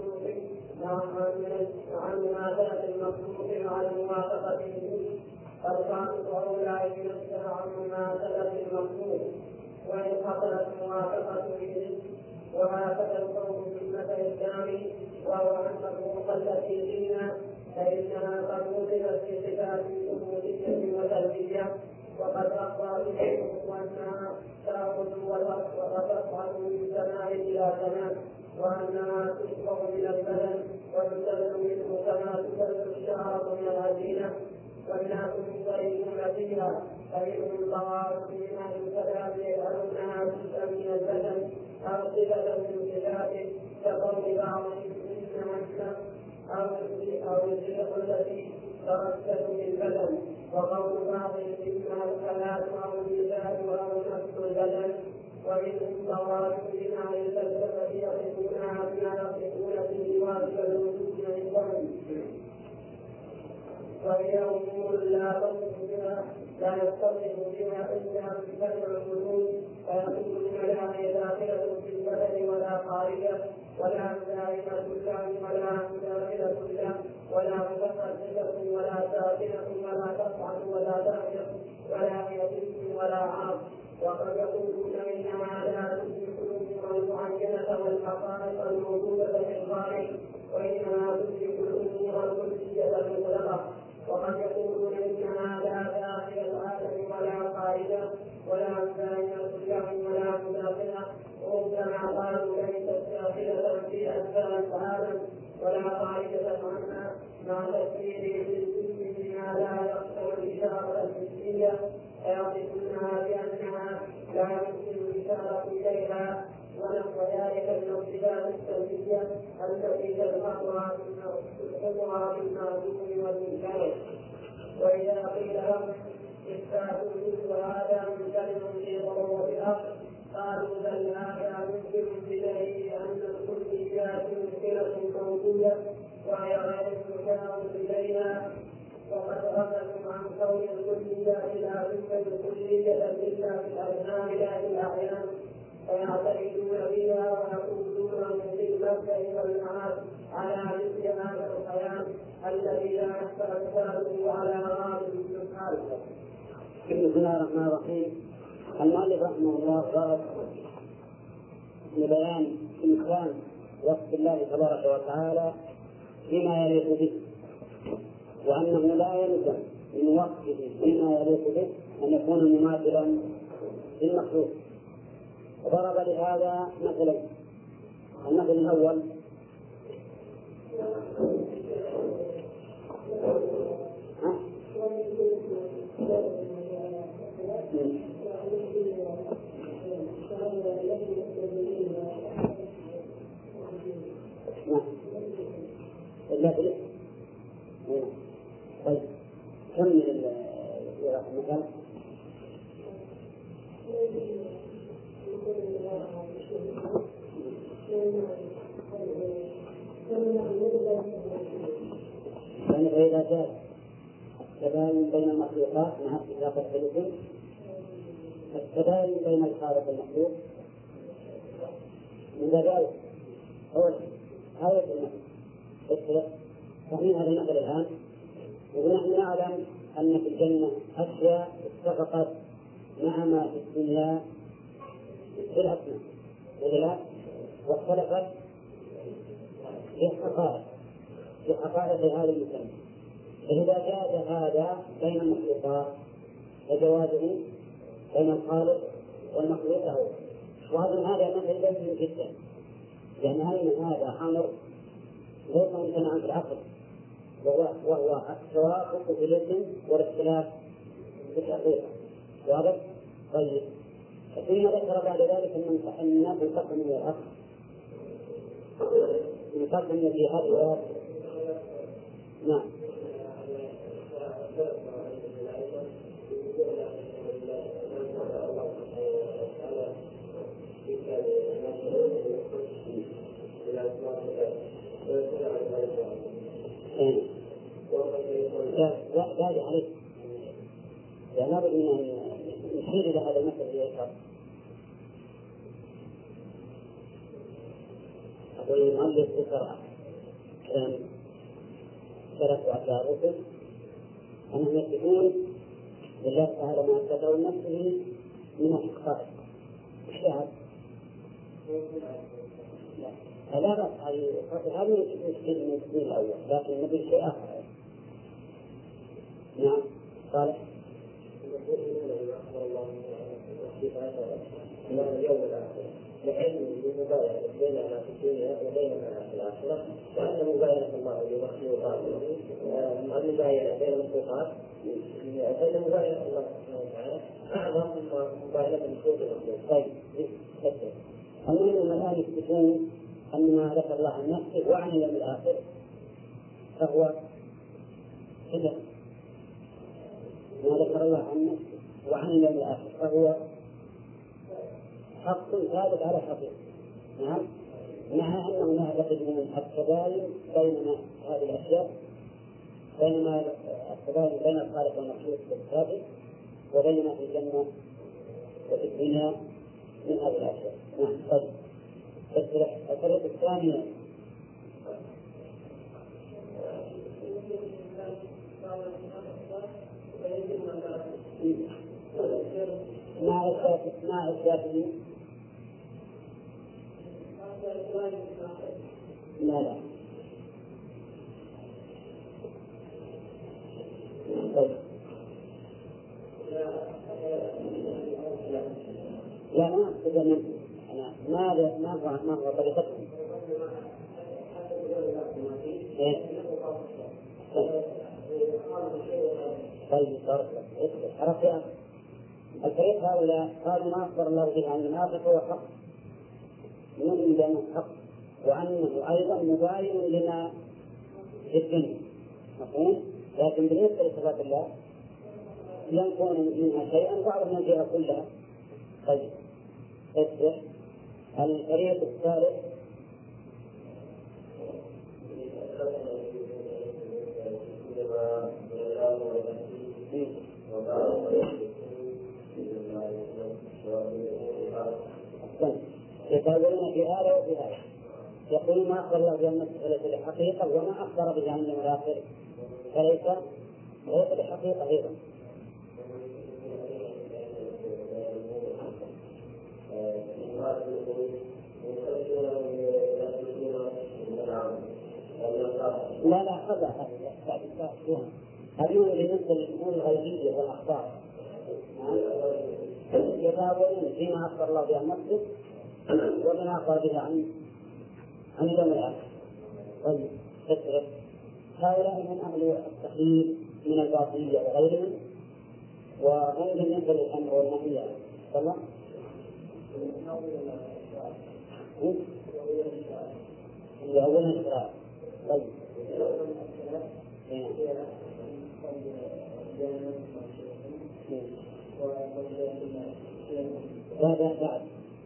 A: المخلوق مع الموافقة به، فالخالق أولى أن ينزه عن مماثلة المخلوق وإن حصلت موافقة به. وهكذا القول في المثل الثاني وهو أن المخلوق التي فينا فإنها قد وصفت في صفات ثبوتية وسلبية، وقد أخبر إليكم أنها تأخذ وتفعل من سماء إلى سماء، وأنها تشبه من البدن وتسل منه كما تسل الشعرة من العجينة، والناس مختلفون فيها، فمنهم طوائف من أهل الكلام يجعلونها جزءا من البدن أو صفة من صفاته، كقول بعضهم إنها أو الزيق التي تركز في البدن، وقول بعضهم إنها الكلام أو اللسان أو نفس البدن. ومنهم طوائف من أهل الفلسفة يصفونها بما يصفون به واجب الوجود عندهم وهي أمور لا يستطيع بها إلا بفتح القلوب، فيكون الملائكة داخلة في البدن ولا خارجة، ولا مدائمة اللام ولا مداخلة اللام، ولا متحركة ولا ساكنة ولا تقعد ولا تهجر ولا يتم ولا عاص. وقد يقولون إنما لا تدرك الأمور المعينة والحقائق الموجودة في الخارج، وإنما تدرك الأمور الكلية المطلقة. وقد يقولون إنما لا داخل العالم ولا خارجه ولا مدائمة اللام ولا مداخلة، وربما قالوا ليست داخلة في أجزاء العالم ولا خارجة عنها، مع تفسيره بالكل بما لا يقصر الإشارة الحسية، فيصفونها بأنها لا يمكن الإشارة إليها، ونحو ذلك من الصفات السلبية التي تلحقها بالمعلوم والمنكر. وإذا قيل لهم إثبات مثل هذا ممتنع في ضرورة الأمر، قالوا بل هذا ممكن بدليل أن الكليات ممكنة موجودة وهي غير مشار إليها، وقد غفلوا عن كون الكليات لا توجد كلية إلا في الأذهان لا في الأعيان، فيعتقدون بها ويقولون في المبدأ والمعاد على مثل هذا الخيال الذي لا يخفى مثاله على غالب السبحان.
B: بسم الله الرحمن الرحيم. المؤلف رحمه الله قال لبيان إمكان وصف الله تبارك وتعالى بما يليق به، وأنه لا يلزم من وصفه بما يليق به أن يكون مماثلا للمخلوق. وضرب لهذا مثلين. المثل الأول طيب كمل المثال. يعني فإذا جاء التباين بين المخلوقات مع اتفاق الخلق، التباين بين الخالق والمخلوق من ذلك أول هذا المثل. فمن هذا المثل الآن ونحن نعلم أن في الجنة أشياء اتفقت مع ما في الدنيا في الأسماء والغلاف، واختلفت في حقائق هذا المسمى. فإذا جاز هذا بين المخلوقات فجوازه بين الخالق والمخلوق هو. وهذا مثل بين جدا، لأن هذا أمر ليس ممتنعا في العقل، وهو التوافق في الاسم والاختلاف في الحقيقة. واضح؟ طيب، ثم ذكر بعد ذلك أن الناس انقسموا إلى الأصل، انقسم في هذه الآيات. نعم. لا عليك، لابد أن نشير إلى هذا المثل الذي أقول المؤلف ذكر كلام ثلاث أشياء الرسل أنهم يثبتون لله تعالى ما أثبته لنفسه من الحقائق. الشهادة لا بأس، هذا يشكل من التسمية الأول، لكن النبي شيء آخر. نعم. قال
C: اليوم الآخر لعلم بمباينة بيننا في الدنيا وبيننا في الآخرة، وأن مباينة الله لمخلوقاته المباينة بين المخلوقات فإن مباينة الله سبحانه وتعالى أعظم من مباينة المخلوق المخلوق.
B: طيب، المهم الآن يثبتون أن ما ذكر الله عن نفسه وعن اليوم الآخر فهو كذا، ما ذكر الله عن نفسه وعن اليوم الآخر فهو حق ثابت على حقيقة. نعم، مع أنهم يعتقدون التباين بين هذه الأشياء بينما التباين بين الخالق والمخلوق في الكافر وبينما في الجنة وفي الدنيا من هذه الأشياء. نعم. طيب الطريقة الثانية مع الشافعي لا طيب. لا ما أقصد أنا ما هو طريقتهم. طيب عرفت الفريق هؤلاء قالوا ما أخبر الله به عن المنافق هو حق، نؤمن بأنه حق وأنه أيضا مباين لما في الدنيا مفهوم، لكن بالنسبة لصفات الله ينكون منها شيئا بعض ينفيها كلها. طيب اصبح الفريق الثالث يتابعون في هذا وفي هذا، يقول ما أخبر الله بأن مسألة الحقيقة وما أخبر به عن الآخر فليس بحقيقة أيضا. لا هذا هذه بالنسبة للأمور الغيبية والأخبار يتابعون فيما أخبر الله به عن نفسه وما أخبر به عن اليوم الآخر. طيب هؤلاء من أهل التخيير من الباطنية وغيرهم، وهم بالنسبة للأمر والنهي تمام. اللي أولا الإقرار. طيب بعد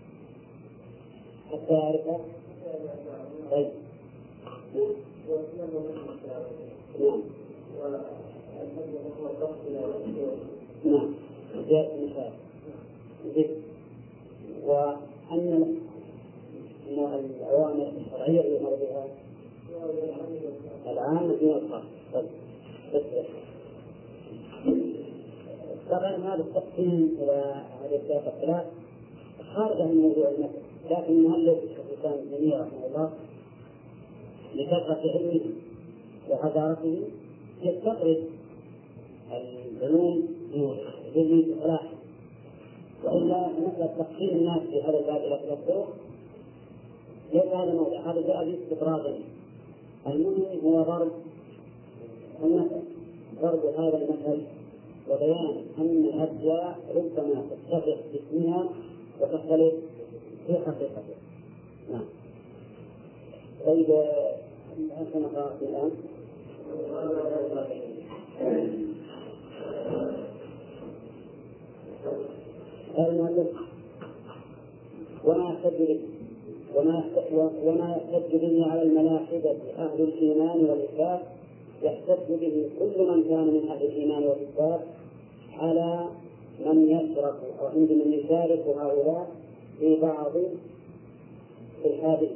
B: حتى يعرفه. طيب نعم زيادة المثال وأن الأوامر الشرعية اللي يمر بها العام دون الخاص. طبعا هذا التقسيم إلى هذه الثلاث أقسام خارج عن موضوع المثل، لكن المؤلف الإسلام ابن تيمية رحمه الله لكثرة علمه وحضارته يستخرج العلوم في إصلاحه، وإلا مثل تقسيم الناس في هذا الباب إلى ثلاث طرق ليس هذا موضوع، هذا جاء باستطراد. المهم هو ضرب المثل، ضرب هذا المثل وبيان أن الأشياء ربما تتفق باسمها وتختلف في حقيقتها. نعم. طيب أنت نقرأ الآن المؤلف وما يحتج به على الملاحدة أهل الإيمان والإثبات يحتج به كل من كان من أهل الإيمان والإثبات على من يشرك أو عند من يشارك هؤلاء في بعض الحادث.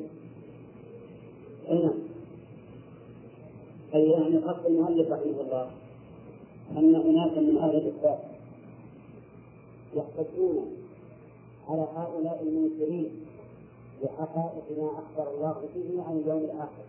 B: أي يعني قصد المؤلف رحمه الله أن أناسا من أهل الإثبات يحتجون على هؤلاء المنكرين بحقائق ما أخبر الله به عن اليوم الآخر،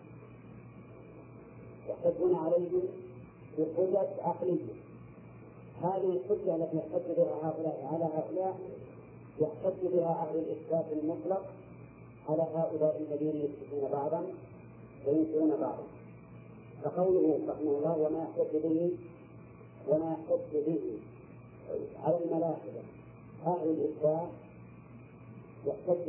B: يحتجون عليهم بحجج عقلية. هذه الحجة التي يحتج بها هؤلاء على هؤلاء يحتج بها أهل الإثبات المطلق على هؤلاء الذين يثبتون بعضا وينكرون بعضا. فقوله رحمه الله وما يحتج به على الملاحدة أهل الإثبات يحتج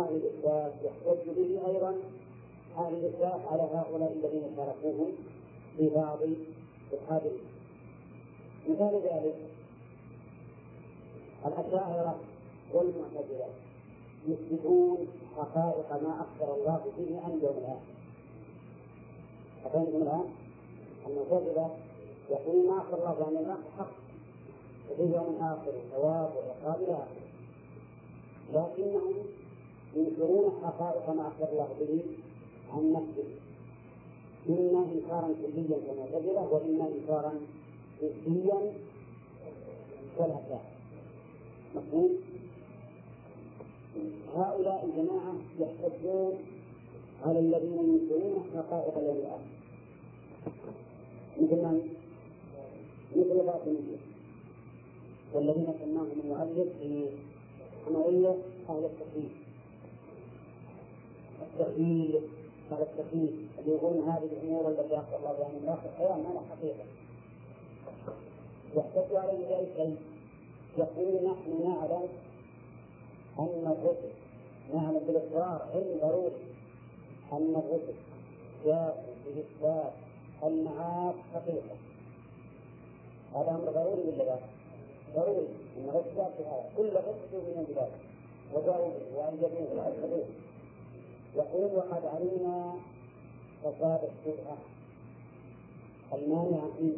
B: به أيضا أهل الإثبات على هؤلاء الذين شاركوهم في بعض الحادث. مثال ذلك الأشاعرة والمعتزلة يثبتون حقائق ما أخبر الله به عن اليوم الآخر. أفهمتم الآن؟ المعتزلة يقولون ما أخبر الله عن الماء حق وفي يوم آخر وثواب وعقاب إلى آخره، لكنهم ينكرون حقائق ما أخبر الله به عن نفسه، إما إنكارا كليا كالمعتزلة وإما إنكارا جزئيا كالأشاعرة. مفهوم؟ هؤلاء الجماعة يحتجون على الذين ينكرون حقائق اليوم الآخر مثل الباطنية والذين سماهم المؤلف في حموية أهل التخييل هذا التخييل اللي يقولون هذه الأمور التي أخبر الله بها من الآخر خيال ما لها حقيقة. يحتج عليه بأي شيء؟ يقول نحن نعلم أن الرسل نعلم بالإقرار علم ضروري أن الرسل جاءوا بإثبات المعاد حقيقة. هذا أمر ضروري ولا لا؟ ضروري أن الرسل جاء في هذا كل رسل من البلاد وجاءوا به وأنجبوه وأثبتوه. يقول وقد علمنا فساد الشبهة المانعة من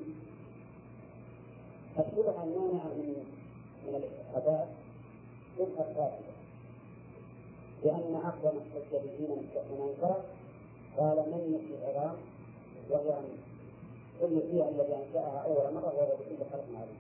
B: الشبهة المانعة من الإثبات شبهة فاسدة، لأن أقوى المستشرقين من انكر قال من يحيي العظام وهي كل فيها الذي أنشأها أول مرة وهو بكل خلق عليم.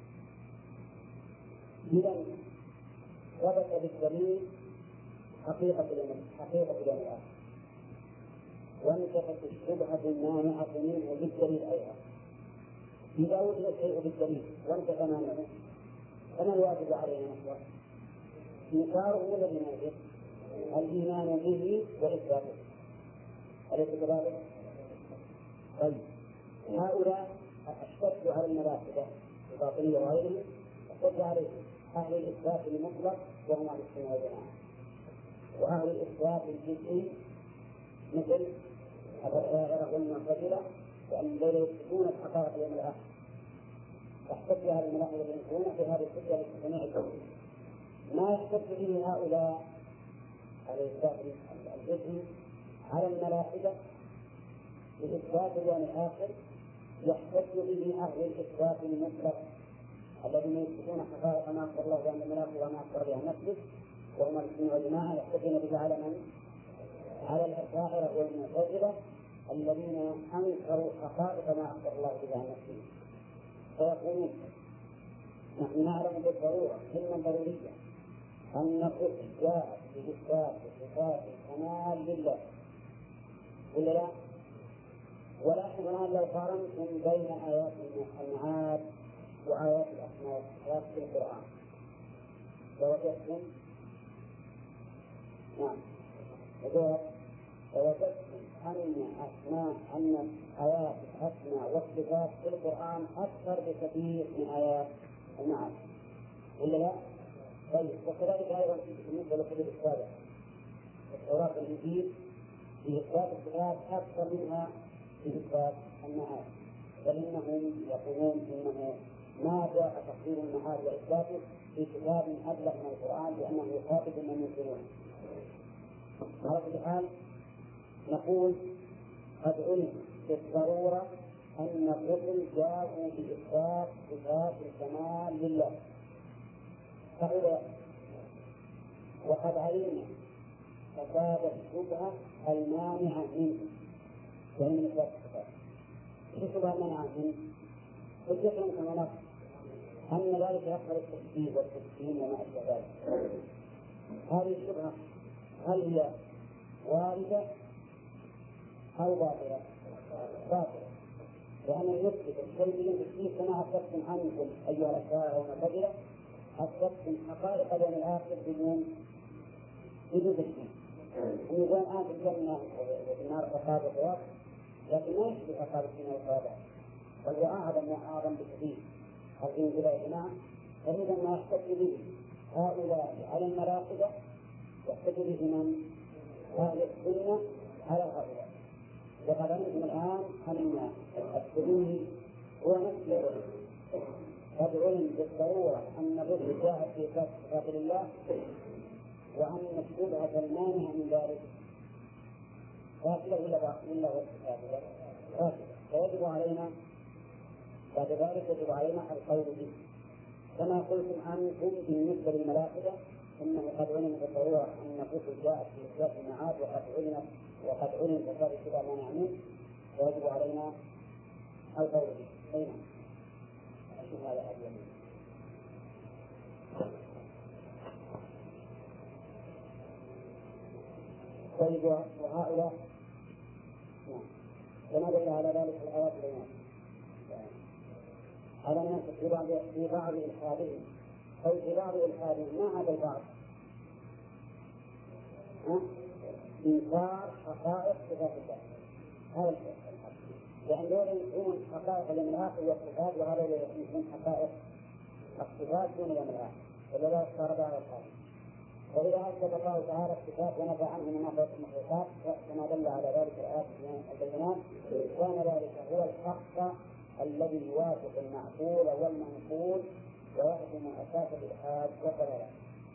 B: إذا ثبت بالدليل حقيقة اليوم الآخر، وانتفت الشبهة المانعة منه بالدليل أيضا. إذا وجد الشيء بالدليل وانتفى مانعه فما الواجب علينا نحن؟ إنكاره الذي يجب الإيمان به وإثباته، أليس كذلك؟ طيب هؤلاء اشتدوا على الملاحدة الباطنية وغيرهم، اشتدوا عليهم أهل الإثبات المطلق وهم أهل السنة والجماعة، وأهل الإثبات الجزئي مثل الأشاعرة والمعتزلة لأن لا يثبتون الحقائق اليوم الآخر. يحتج أهل الملاحدة والإنكار في هذه الحجة لجميع الكون. ما يحتج به هؤلاء على الإثبات الجزئي على الملاحدة لإثبات اليوم الآخر، يحتج به أهل الإثبات المطلق الذين يثبتون حقائق ما أخبر الله بأن الملاك وما أخبر بها نفسه وهم السنة والجماعة، يحتجون به على من؟ على الأشاعرة والمعتزلة الذين أنكروا حقائق ما أخبر الله بها نفسه. فيقولون نحن نعلم بالضرورة علما ضروريا أن الرسل جاءت بإثبات صفات الكمال لله ولا لا؟ ولكن الآن لو قارنتم بين آيات المعاد وآيات الأسماء والصفات في القرآن فوجدتم أن آيات الأسماء والصفات في القرآن أكثر بكثير من آيات المعاد ولا لا؟ طيب وكذلك أيضا بالنسبة للكتب السابقة التوراة والإنجيل في إثبات الصفات أكثر منها في إثبات المعاد، بل إنهم يقولون إنه ما جاء تقدير المعاد وإثباته في كتاب أبلغ من القرآن لأنه يخاطب من ينكرون. على كل حال نقول قد علم بالضرورة أن الرسل جاءوا بإثبات صفات الكمال لله فهو وقد علمنا فساد الشبهة المانعة منه ومن إثبات الصفات. الشبهة المانعة منه حجتهم كما نقول أن ذلك يقبل التشبيه والتسليم وما أشبه ذلك. هذه الشبهة هل هي واردة أو باطلة؟ باطلة، لأن يثبت الشيء بالتشبيه كما أثبتم عنكم أيها الأشاعرة والمعتزلة أثبتم حقائق اليوم الآخر بدون تشبيه. يقول الآن في الجنة وفي النار فساد وثواب، لكن ما يشبه فساد الدنيا والثواب، بل هو أعظم وأعظم بكثير. هذه بلا إجماع، فإذا ما يحتج به هؤلاء على الملاحدة يحتج به من؟ أهل السنة على هؤلاء. وقد علمتم الآن أن السني هو نفس العلم، قد علم بالضرورة أن الرسل جاءت في إثبات صفات الله وأن الشبهة المانعة من ذلك باطلة ولا فاسدة؟ فيجب علينا بعد ذلك يجب علينا القول به. كما قلتم أنتم بالنسبة للملائكة إنه قد علم بالضرورة أن النفوس جاءت في إثبات المعاد وقد علم بذلك كذا ما نعمل، ويجب علينا القول به. أين أشوف هذا أبيض. طيب وهؤلاء كما دل على ذلك الآيات البينات على الناس في بعض إلحادهم أو في بعض إلحادهم. ما هذا البعض؟ إنكار حقائق صفات الله. هذا الحق، لأن دول يكون حقائق اليوم الآخر والصفات، وهذا يكون حقائق الصفات دون اليوم الآخر، ولا يختار بعض الحال. وإذا أثبت الله تعالى الصفات ونفى عنه منافذة المخلوقات كما دل على ذلك الآيات البينات، كان ذلك هو الحق الذي يوافق المعقول والمنقول ويهدم أساس الإلحاد والضلال.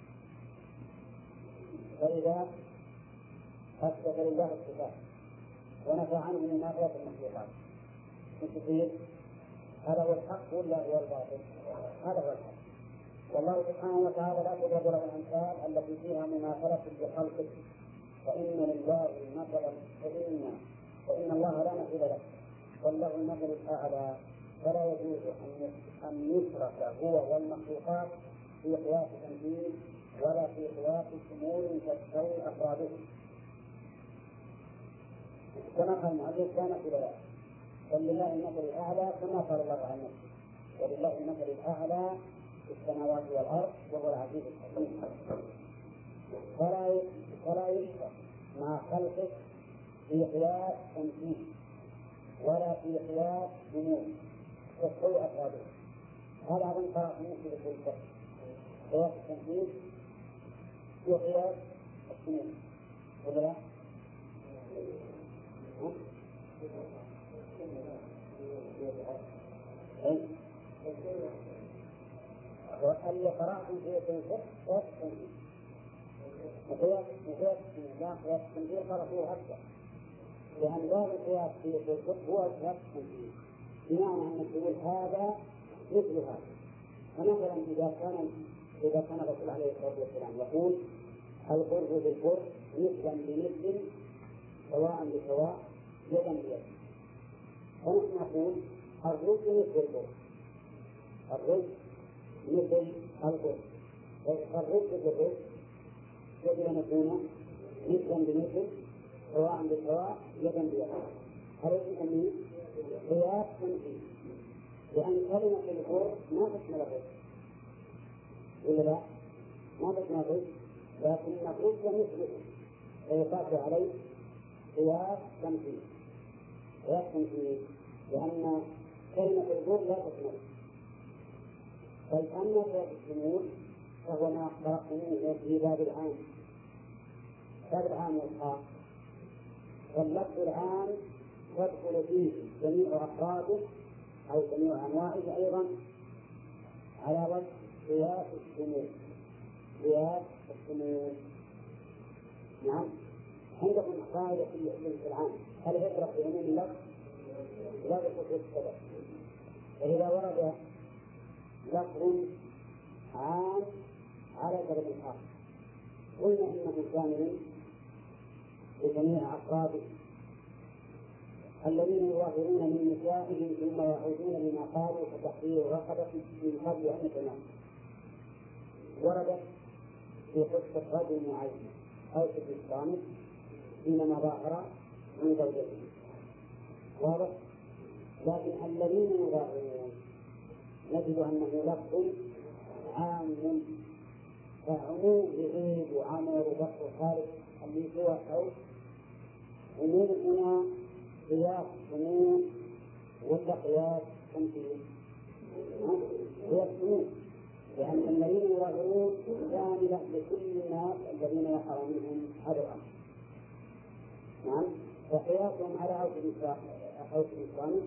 B: فإذا أثبت لله الصفات ونفى عنه منافذة المخلوقات تصير هذا هو الحق ولا هو الباطل؟ هذا هو الحق. والله سبحانه وتعالى لا تضرب له الأمثال التي فيها مماثلة بخلقه، فإن لله مثلا فإن الله لا مثل له وله المثل الأعلى، فلا يجوز أن يشرك هو والمخلوقات في قياس تنفيذ ولا في قياس أمور تستوي أفراده. كما قال المؤلف لا مثل له، ولله المثل الأعلى كما قال الله عن نفسه، ولله المثل الأعلى في السماوات والأرض وهو العزيز الحكيم. فلا يشرك مع خلقه في قياس تنفيذ ولا في قياس أمور تستوي أفراده. هذا أظن قرأ في مثل الفلسفة، قياس التنفيذ وقياس الأمور، ولا لا؟ اللي قرأتم في الفقه قياس التنفيذ وقياس التنفيذ قرأتوه أكثر، لأن باب القياس في الفقه هو قياس التنفيذ، بمعنى أن تقول هذا مثل هذا. فمثلا إذا كان الرسول عليه الصلاة والسلام يقول القرب بالقرب مثلا بمثل سواء بسواء يدا بيد، فنحن نقول الرز مثل القرب، الرز مثل القرب، الرز بالرز يجب أن يكون مثلا بمثل سواء بسواء يدا بيد. هذا يسمى قياس تنفيذ، لأن كلمة القرب ما تشمل الرز ولا لا؟ ما تشمل الرز، لكن الرز مثله فيقاس عليه قياس تنفيذ، قياس تنفيذ لأن كلمة القرب لا تشمل. بل أما قياس الشمول فهو ما قرأتموه في باب العام، باب العام والخاص، واللفظ العام تدخل فيه جميع أفراده أو جميع أنواعه أيضا على وجه قياس الشمول. قياس الشمول نعم. عندكم قاعدة في العام، هل يطرح بعموم اللفظ؟ لا بخصوص السبب. فإذا ورد لفظ عام على سبب آخر قلنا إنه شامل لجميع أفراده الذين يظاهرون من نسائهم ثم يعودون لما قالوا فتحرير رقبة من قبل أن يتنام. وردت في قصة رجل معين أو في الصامت حينما ظاهر من زوجته، واضح؟ لكن الذين يظاهرون نجد أنه لفظ عام، فعموم بغيب وعمر وبكر خالد اللي هو الحوض عموم هنا قياس عموم ولا قياس تنفيذ؟ قياس عموم، لأن الذين يظاهرون شاملة لكل الناس الذين يقع منهم هذا الأمر. نعم. وقياسهم على حوض الإسلام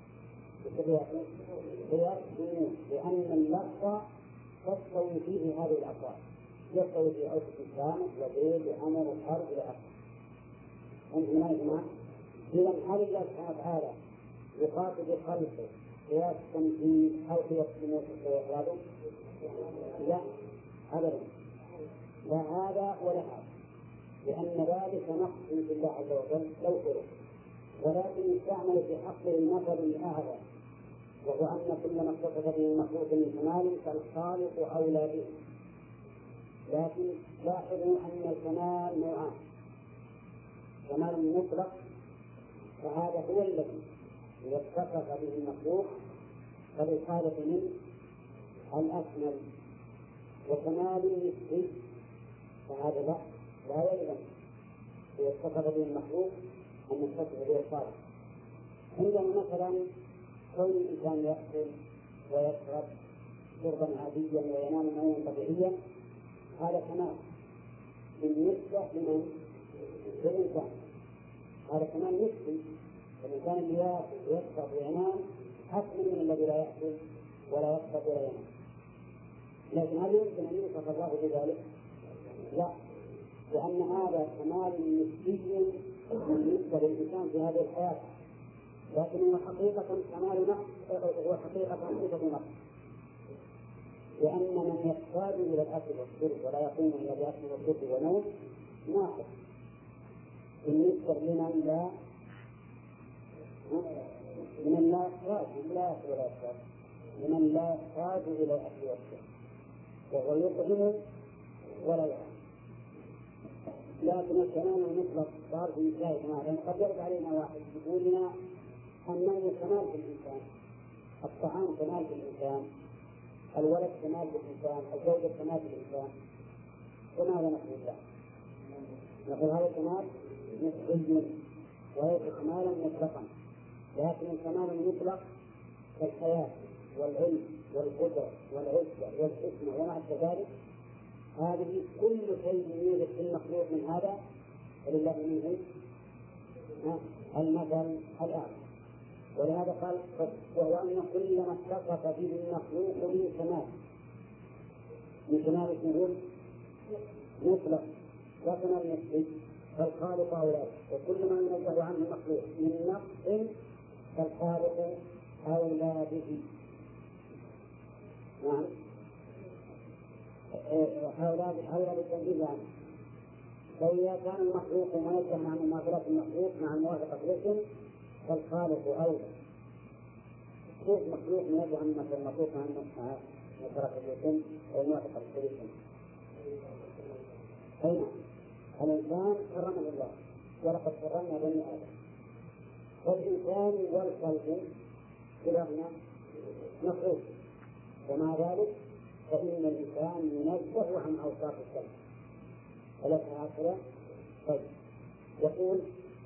B: قياس عموم، لأن اللفظ تستوي فيه هذه الأفراد، يستوي في حوض الإسلام وزيد وعمر والحرب إلى آخره. هنا إذا هل الله سبحانه وتعالى يقاتل بخلقه قياس التمثيل أو قياس الشمول وإخراجه؟ لا أبدا، لا هذا ولا هذا، لأن ذلك نقص في الله عز وجل لو فرض، ولكن يستعمل في حقه المثل الأعلى، وهو أن كل ما اتصف به المخلوق من كمال فالخالق أولى به. لكن لاحظوا أن الكمال نوعان: كمال مطلق، فهذا هو الذي إذا اتصف به المخلوق فللخالق منه الأكمل، وكمال نسبي فهذا لا يلزم إذا اتصف به المخلوق أن يتصف به الخالق. عندنا مثلا كون الإنسان يأكل ويشرب شربا عاديا وينام نوما طبيعيا، هذا كمال بالنسبة للإنسان، هذا كمال نسبي. الإنسان اللي يأكل ويشرب وينام أكمل من الذي لا يأكل ولا يشرب ولا ينام. لكن هل يمكن أن يوصف الله بذلك؟ لا، لأن هذا كمال نسبي بالنسبة للإنسان في هذه الحياة، لكن هو حقيقة كمال نقص، هو حقيقة صفة نقص، لأن من يحتاج إلى الأكل والشرب ولا يقوم إلا بأكل والشرب ونوم ناقص بالنسبة لمن لا يحتاج لمن لا يحتاج إلى الأكل والشرب وهو يطعم ولا يعلم. لكن الكمال المطلق صار في مثال كمال، يعني قد يرد علينا واحد يقول لنا النوم كمال في الإنسان، الطعام كمال في الإنسان، الولد كمال في الإنسان، الزوجة كمال في الإنسان، وماذا نقول له؟ نقول هذا كمال نسبي وليس كمالا مطلقا. لكن الكمال المطلق كالحياة والعلم والقدرة والعزة والحكمة وما أشبه ذلك، هذه كل شيء يوجد في المخلوق من هذا ولله منه المثل الأعلى. ولهذا قال وهو أن كل ما اتصف به المخلوق من كمال الشمول مطلق وكمال نسبي فالخالق أولى، وكل ما ينزه عنه المخلوق من نقص فالخالق أولى به. نعم، أولى بالتنزيه عنه. فإذا كان المخلوق منزه عن مماثلة المخلوق مع موافقة الاسم فالخالق أولى. كيف مخلوق منزه عن المخلوق مع موافقة الاسم وموافقة الاسم؟ أين الإنسان كرمه الله ولقد كرمنا بني آدم، والإنسان والخلق كلاهما مخلوق، ومع ذلك فإن الإنسان ينزه عن أوصاف الخلق. ولك هكذا طيب يقول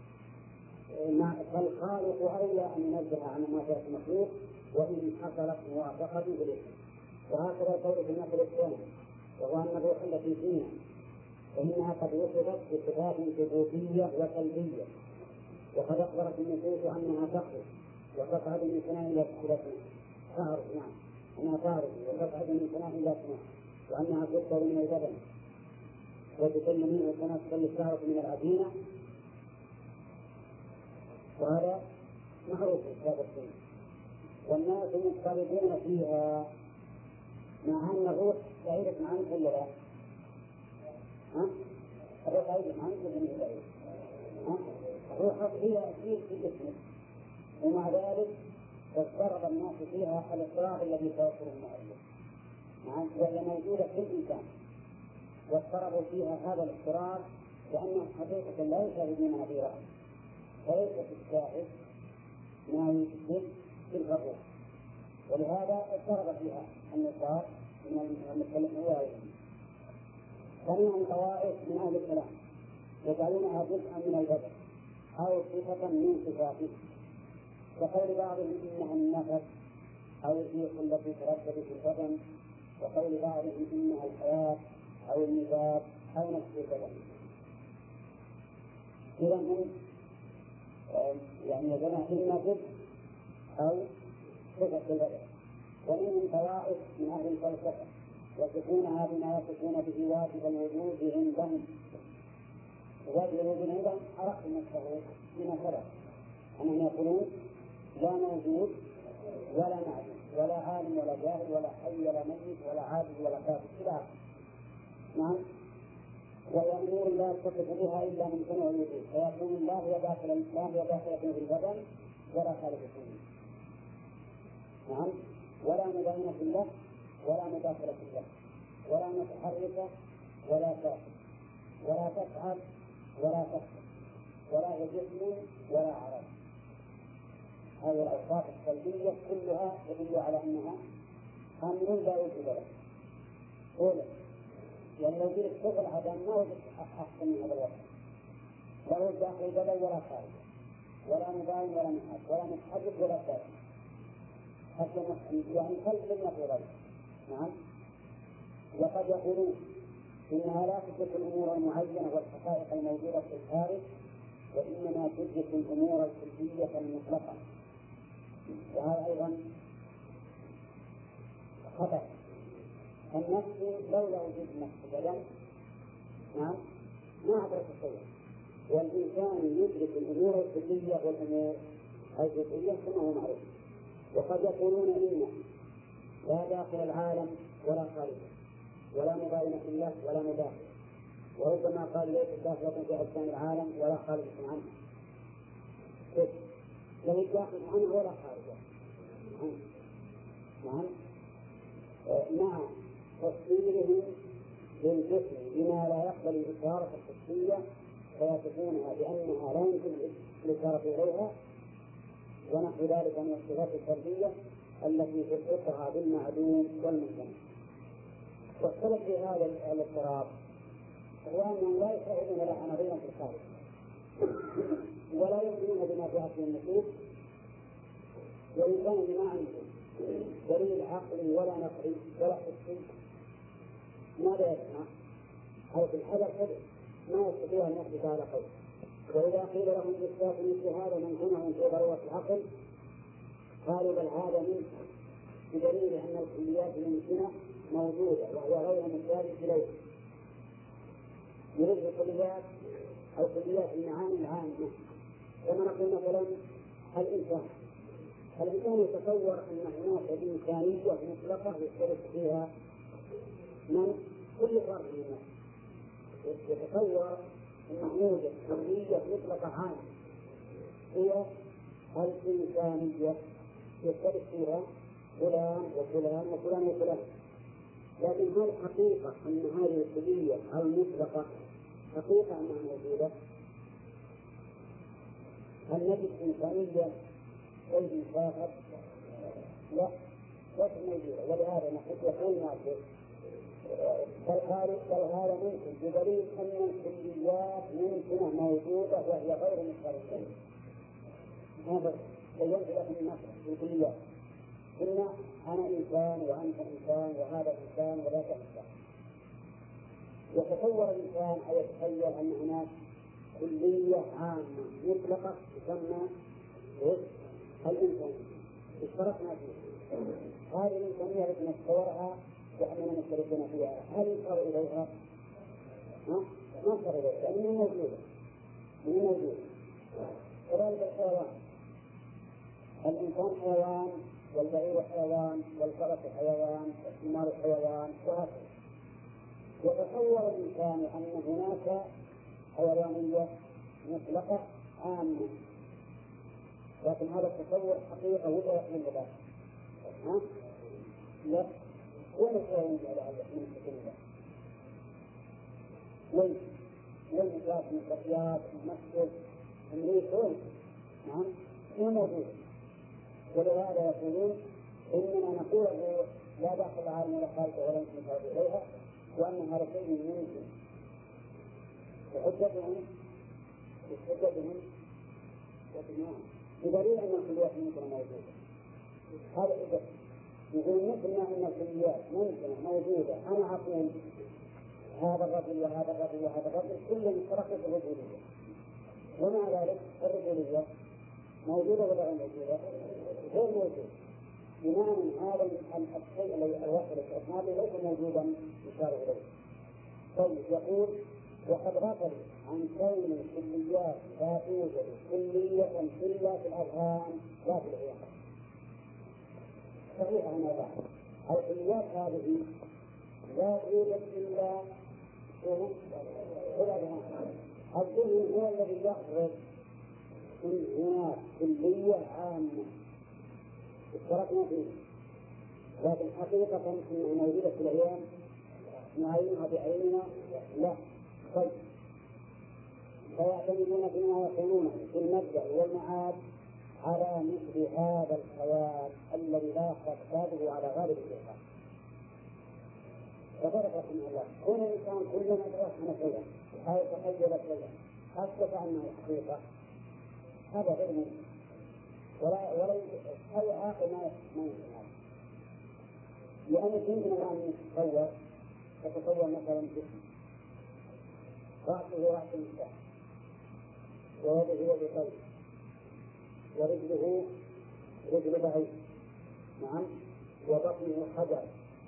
B: فالخالق أولى أن ينزه عن مماثلة المخلوق وإن حصلت موافقة بالاسم. وهكذا القول في المثل الثاني، وهو أن الروح التي فينا فإنها قد وصفت بصفات ثبوتية وسلبية، وقد أخبرت النصوص أنها تخرج وتصعد من سماء إلى سماء، أنها تعرج وتصعد من سماء إلى سماء، وأنها تكبر من الجبل وتسل منه كما تسل الشعرة من العجينة، وهذا معروف في هذا السنة. والناس مضطربون فيها مع أن الروح بعيدة عنك ولا لا؟ الروح بعيدة عنك ولا من بعيد؟ الروح هي أكيد في جسمك، ومع ذلك اضطرب الناس فيها الاضطراب الذي توفر المؤلف، وهي موجودة في الإنسان، واضطربوا فيها هذا الاضطراب لأنه حقيقة لا يشاهدون نظيرها، فليس في الشاهد ما يشبه في الروح، ولهذا اضطرب فيها النصارى من المتكلمين. فمنهم طوائف من أهل الكلام يجعلونها جزءا من البدن أو صفة من صفاته، وقول بعضهم إنها النفس أو الريح التي تردد في البدن، وقول بعضهم إنها الحياة أو النبات أو نفس البدن. إذا هم يعني يجعلونها إما جزء أو صفة البدن. ومنهم طوائف من أهل الفلسفة يصفونها بما يصفون به واجب الوجود عندهم، واجب الوجود عندهم أرق نفسه بما سبق أنهم يقولون لا موجود ولا جاهل ولا حي ولا ميت ولا عابد ولا كافر إلى آخره. نعم. وهي أمور لا يتصف بها إلا من صنع الوجود، فيكون الله هو داخل الإسلام وداخل في البدن ولا خارج الدين. نعم. ولا مبينة له ولا مداخلة له ولا متحركة ولا ساكنة ولا تفعل ولا تفعل ولا جسم ولا عرض. هذه الأوصاف السلبية كلها تدل على أنها أمر لا وجود له. أولا يعني لو جئت شغل عدم ما وجد أحسن من هذا الوصف، لا هو داخل البدن ولا خارج ولا مباين ولا محاك ولا متحرك ولا ساكن، يعني خلق لما في غيره. نعم. وقد يقولون إنها لا تدرك الأمور المعينة والحقائق الموجودة في الخارج، وإنما تدرك الأمور الكلية المطلقة، وهذا أيضا خطأ. النفس لولا وجود النفس البدن نعم ما أدرك الشيء، والإنسان يدرك الأمور الكلية والأمور الجزئية كما هو معروف. وقد يقولون إن لا داخل العالم ولا خارجه ولا مباينة له ولا مداخل، وربما قال ليس داخلة في أجسام العالم ولا خارجة عنه، لا داخل عنه ولا خارجه. نعم. مع تصويره للجسم بما لا يقبل الإشارة الحسية فيصفونها بأنها لا يمكن الإشارة إليها، ونحو ذلك من الصفات السلبية التي تربطها بالمعلوم والممكن. والسبب في هذا الاضطراب هو أنهم لا يشاهدون لها نظيرا في الخارج، ولا يؤمنون بما جاءت في النصوص، وإن كان بما عنده دليل عقلي ولا نقلي ولا حسي ماذا يسمع؟ أو في الحذر كذب ما يستطيع أن يثبت على قول. وإذا قيل لهم إثبات مثل هذا منهمهم في ضرورة العقل قالوا بل هذا منه، بدليل أن الكليات الممكنة موجودة وهو غير محتاج إليه. يريد الكليات أو كليات المعاني العامة، كما نقول مثلا الإنسان يتصور أن هناك إنسانية مطلقة يشترك فيها من كل فرد من الناس، يتصور أن يوجد كلية مطلقة عامة هي الإنسانية يشترك فيها فلان وفلان وفلان وفلان. لكن هل الحقيقة أن هذه الكلية المطلقة حقيقة أنها موجودة؟ هل نجد إنسانية غير فاقد؟ لا، ليست موجودة. ولهذا نحن يقول ناصر بل هذا ممكن بدليل أن الكليات ممكنة موجودة وهي غير مشتركة. هذا بينت لكم النصر في الكليات، قلنا أنا إنسان وأنت إنسان وهذا إنسان وذاك إنسان. يتصور الإنسان أو يتخيل أن هناك كلية عامة مطلقة تسمى الإنسان اشتركنا فيها. هذه الإنسانية التي نتصورها وأننا مشتركين فيها هل يشار إليها؟ ما يشار إليها لأنها موجودة. كذلك الحيوان، الإنسان حيوان والبعير حيوان والفرس حيوان والحمار حيوان وهكذا. يتصور الإنسان أن هناك حيوانية مطلقة عامة، لكن هذا التصور حقيقة ولا يحمل ذلك؟ لا، ولا الحيوانية على من الحكومة لن يجاب من الأطياب المسجد أمريكا. نعم هي موجودة. ولهذا يقولون إننا نقول لا داخل العالم ولا خارج ولا يمكن الخارج إليها، وأن هذا شيء ممكن. وحجتهم بدليل أن الكليات ممكن موجودة. هذا إذا يقول مثل ما أن الكليات ممكن موجودة، أنا أقول هذا الرجل وهذا الرجل وهذا الرجل كل مشترك في الرجولية، ومع ذلك الرجولية موجودة ولا غير موجودة؟ غير موجودة. بمعنى هذا الشيء الذي الواحد الأسماء ليس موجودا يشار إليه. طيب يقول وقد غفل عن كون الكليات لا توجد كلية إلا في الأذهان لا في العيان. صحيح أنا بعد الكليات هذه لا توجد إلا الذهن هو الذي يخرج من هناك كلية عامة اشتركنا فيه، لكن حقيقة أنها موجودة في الأيام نعينها بعيننا لا طيب، فيعتمدون فيما يقولون في المبدأ والمعاد على مثل هذا الخيال الذي لا يخرج على غالب الإنسان. فقال رحمه الله كون الإنسان كلما توهم شيئا أو تخيل شيئا أثبت أنه حقيقة هذا غير ممكن، ولا أي عاقل ما يمكن هذا، لأنك يمكن أن تتصور مثلا جسم رأسه رأس إنسان ويده يد قوي ورجله رجل بعيد، نعم، وبطنه حجر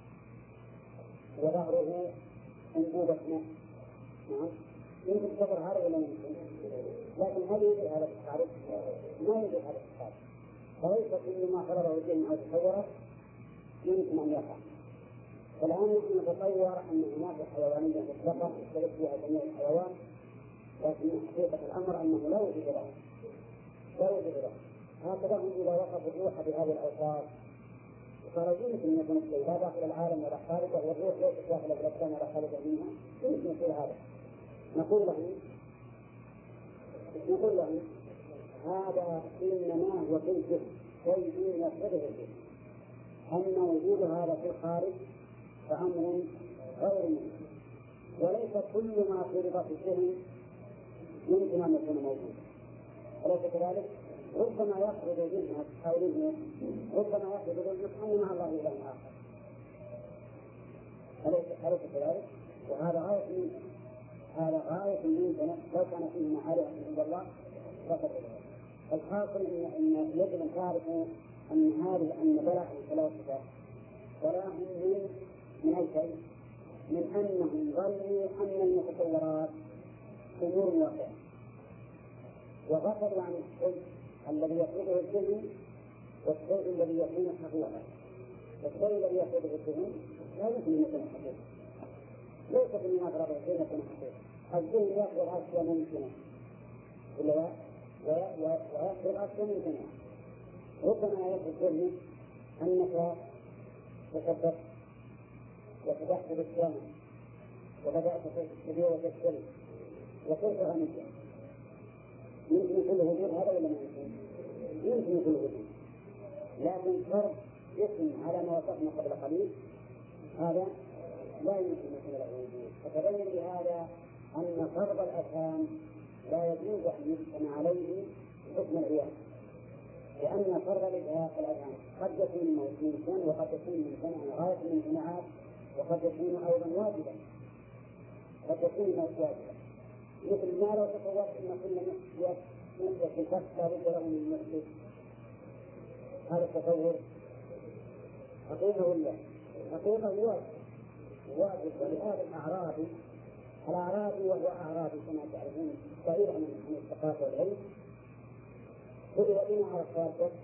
B: وظهره أنبوبة ماء، نعم، يمكن تصور هذا ولا يمكن؟ لكن هل يوجد هذا التعريف؟ ما يوجد هذا التعريف، فليس كل ما قرره الجن أو تصوره يمكن أن يقع. فالآن نحن نتصور أن هناك حيوانية مطلقة يختلف فيها جميع الحيوان، لكن حقيقة الأمر أنه لا وجود له، لا وجود له. هكذا هم إذا وصفوا الروح بهذه الأوصاف صار يمكن أن يكون الشيء لا داخل العالم ولا خارجه، والروح ليست داخل الأجسام ولا خارجه منها، يمكن يصير هذا. نقول لهم هذا إنما هو في الجسم شيء يفقده الجسم، أما وجود هذا في الخارج فأمر غير ممكن، وليس كل ما فرض في الذهن يمكن أن يكون موجودا، أليس كذلك؟ ربما يخرج ذهنك أو ذهنك، ربما يخرج ذهنك أن مع الله إله آخر، أليس كذلك؟ وهذا غاية ممكنة لو كان فيه معارف عند الله فقط. الحاصل أن يجب أن تعرفوا أن بلاء الفلاسفة بلاء من أي شيء؟ من أنهم ظنوا أن المتصورات أمور واقعة، وغفلوا عن الشيء الذي يفرضه الذهن والشيء الذي يكون حقيقة. الشيء الذي يفرضه الذهن لا يمكن أن يكون حقيقة، ليس كل ما فرضه الذهن يكون حقيقة. الذهن يفرض أشياء ممكنة ويفرض أشياء ممكنة. ربما يفرض الذهن أنك تشبث وفتحت بالسماء وبدأت تستبيع وتشتري وصرت غنيا، يمكن يكون له وجود هذا ولا ما يمكن؟ يمكن يكون له وجود، لكن فرض اسم على ما وصفنا قبل قليل هذا لا يمكن يكون له وجود. فتبين بهذا أن فرض الأذهان لا يجوز أن يجتمع عليه حكم العيان، لأن فرض الأذهان قد يكون ممكنا وقد يكون ممتنعا غاية الامتناعات، وقد يكون أيضا واجبا، قد يكون واجبا. مثل ما لو تصورت أن كل يحدث في الفتح لابد له من محدث، هذا التصور حقيقة ولا حقيقة؟ واجب. ولهذا الأعرابي وهو أعرابي كما تعرفون بعيد عن الثقافة والعلم، سئل بما عرف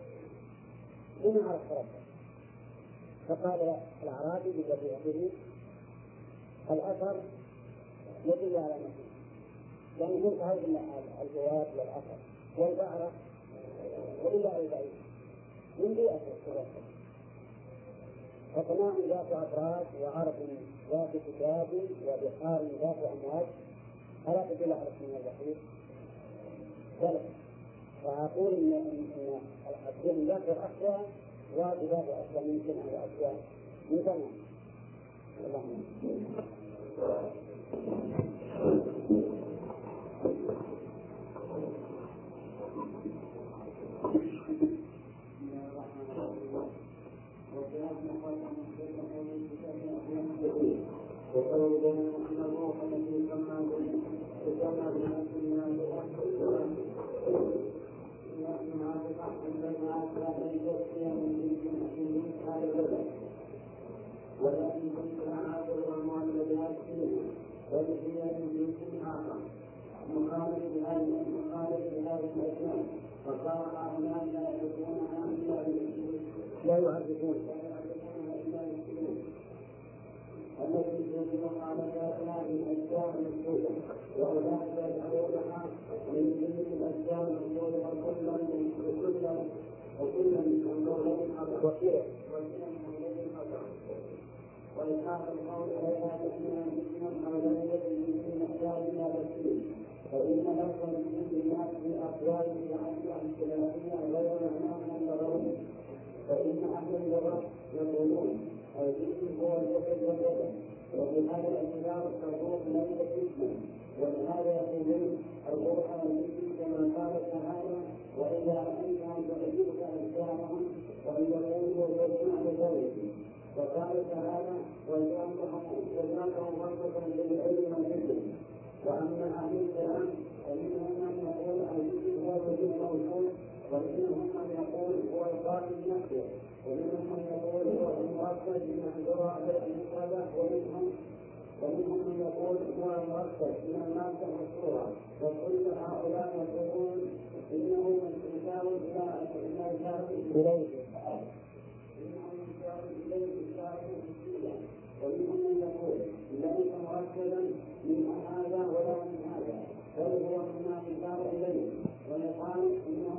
B: ربك، فقال الأعرابي بجديته الأثر يدل على نفسه، يعني من هذه الجواب والأثر والبعرة وإلا البعيد من بيئة التوسط، فسماء ذات أفراد وعرض ذات كتاب وبحار ذات أمواج ألا تدل على اسم البحير؟ بلى. فأقول إن الدين يذكر أشياء واجبات وأشياء ممكنة وأشياء ممتنعة. اللهم وقول بين أن الروح التي تسمى بنفس الناس مع الحق بين أسباب الجسد من هذا البلد، ولكن كنت العناصر والمعلمات فيها وبحياة من كل آخر مخالف بهذه الأسماء، فصار هؤلاء لا يعرفونها إلا
C: يجب على هؤلاء الأشياء المسؤولة وأولئك يجعلونها من جنس الأشياء المسؤولة وكلا من قولهم وكلا وإسحاق القول عليها تسمى مسلما أو لم يجد من أحيانها بسيط فإن أفضل من الناس في أقوال وأشياء اختلافية غير معناها ضروري فإن أهل اللغة يقولون الجسم هو الجسد والبدن وفي هذا الاعتبار الروح ليست جسما ولهذا يقولون الروح والجسم كما قال تعالى وإذا رأيتهم تعجبك أجسامهم وإن يقولوا يسمع بذلك وقال تعالى وجعلتهم وصفا للعلم والحكم وأما أهل الكلام فمنهم من يقول الجسم هو وجود موجود ومنهم من يقول هو القائم بنفسه ومنهم من يقول هو المؤكد من الجرى المشابه ومنهم من يقول هو المؤكد من المادة والصورة وكل هؤلاء يقولون إنه إشارة إلى إشارة إليه ومنهم من يقول ليس مؤكدا من هذا ولا من هذا بل هو مما إشار إليه ويقال إنه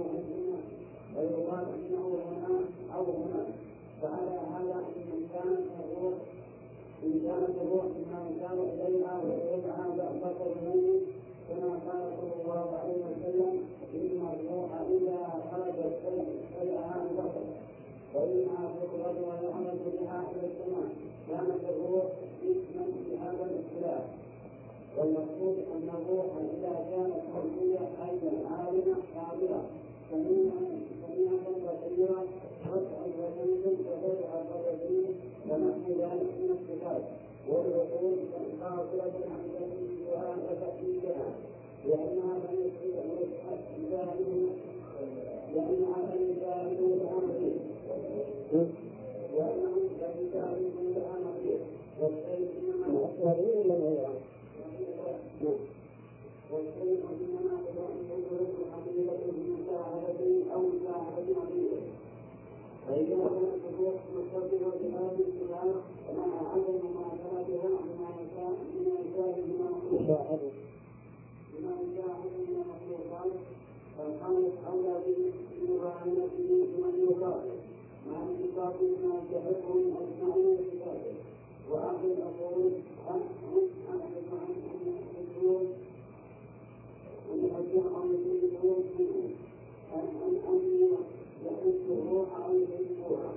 C: هنا أو هنا فعلى هذا إن كانت الروح مما يشار إليها ويدعى بعضة الميت كما قال صلى الله عليه وسلم إن الروح إذا خرجت فلها بصر وإنها تخرج ويعمل بها إلى السماء كانت الروح اسما في هذا الاختلاف والمقصود أن الروح إذا كانت حرية حية عالمة قادرة سميعة بصيرة رفع وتنزل وتدعى الرجل ونحو ذلك من الصفات والعقول قاصرة عن تكليفها وتأكيدها لأنها من يجاهدون لها نظير وأنهم لا يجاهدون لها نظير والشيء إنما هو أن يدرك حقيقة المساعدة أو مساعدة نظيره فإذا كانت الروح متصلة بهذه الصفات مع عدم معاملتها بما يشاهد من المخلوقات فالخالق أولى بمعاملته بمن يخالف مع انتصاب ما يستحقه من أجمعين صفاته وأخذ الأقول أن يحجرهم يجيبون منه أن يحس الروح أو يحسوها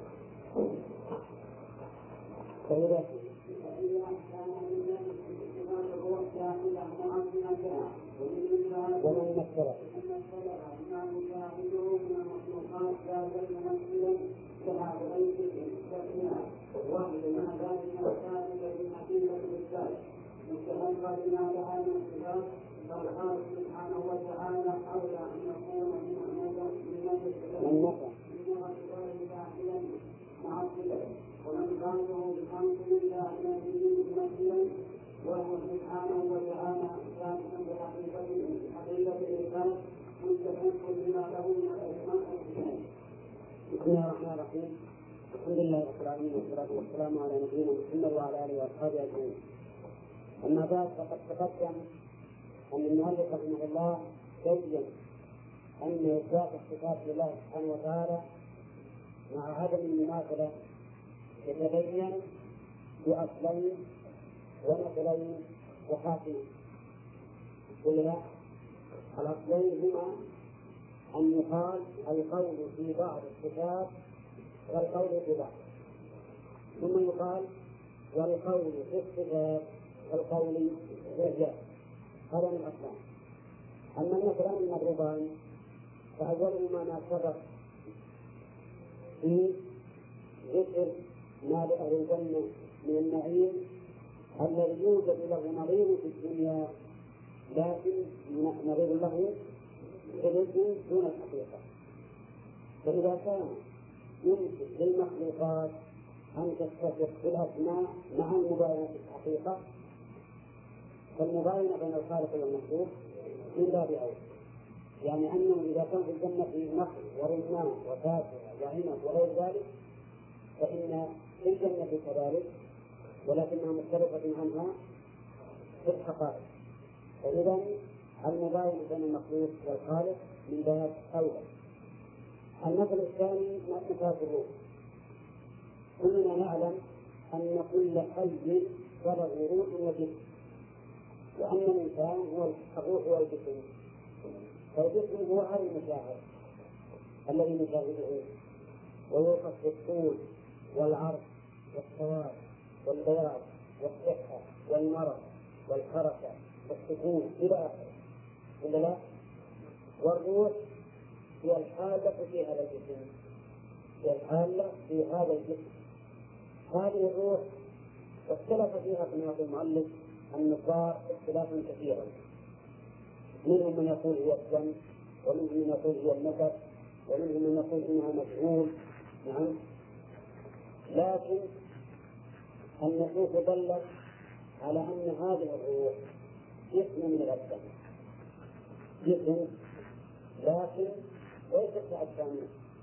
C: فإذا كان من ذلك اتفاق الروح داخلة معظمة كان ومن مكتبه ما يشاهده من المخلوقات لا بين ممثلا كما بغير استثناء واحد مع ذلك ثابت بحقيقة الإثبات مستحقا لما لها من الصفات فالخالق سبحانه وتعالى أولى أن يكون من داخلا معطلا ومن قاله بخمس داخلا به ممثلا وهو سبحانه وتعالى ثابتا بحقيقة الإثبات مستحق لما له من الأسماء والصفات.
B: بسم الله الرحمن الرحيم. الحمد لله رب العالمين والصلاة والسلام على نبينا محمد وعلى آله وأصحابه أجمعين. أما بعد فقد تقدم أن المؤلف رحمه الله بين أن إثبات الصفات لله سبحانه وتعالى مع عدم المماثلة يتبين بأصلين ونقلين وحاكمين. قلنا الأصلين هما أن يقال القول في بعض الصفات والقول في بعض، ثم يقال والقول في الصفات والقول في الذات. هذا من الأصلين. أما المثلان المضروبان فأولهما ما سبق في ذكر ما لأهل الجنة من النعيم الذي يوجد له نظير في الدنيا لكن نظير له في الاسم دون الحقيقة. فإذا كان يمكن للمخلوقات أن تتفق في الأسماء مع المباينة في الحقيقة فالمباينة بين الخالق والمخلوق من باب أولى. يعني أنه إذا كان في الجنة نخل ورمان وفاكهة وعنب وغير ذلك فإن في الجنة كذلك ولكنها مختلفة عنها في الحقائق. فإذا المباين بين المخلوق والخالق من باب أولى. المثل الثاني صفات الروح. كلنا نعلم أن كل حي وله روح وجسم، وأن الإنسان هو الروح والجسم. فالجسم هو هذا المشاهد الذي نشاهده ويوصف بالطول والعرض والسواد والبياض والصحة والمرض والحركة والسكون إلى آخره، ولا لا؟ والروح هي الحالة في هذا الجسم، هي الحالة في هذا الجسم. هذه الروح اختلف فيها كما يقول المؤلف النظار اختلافا كثيرا، منهم من يقول هي الدم، ومنهم من يقول هي النفس، ومنهم من يقول انها مجهول. نعم، لكن النصوص دلت على ان هذه الروح جسم من الابدان، جسم لكن ليست كأجسام.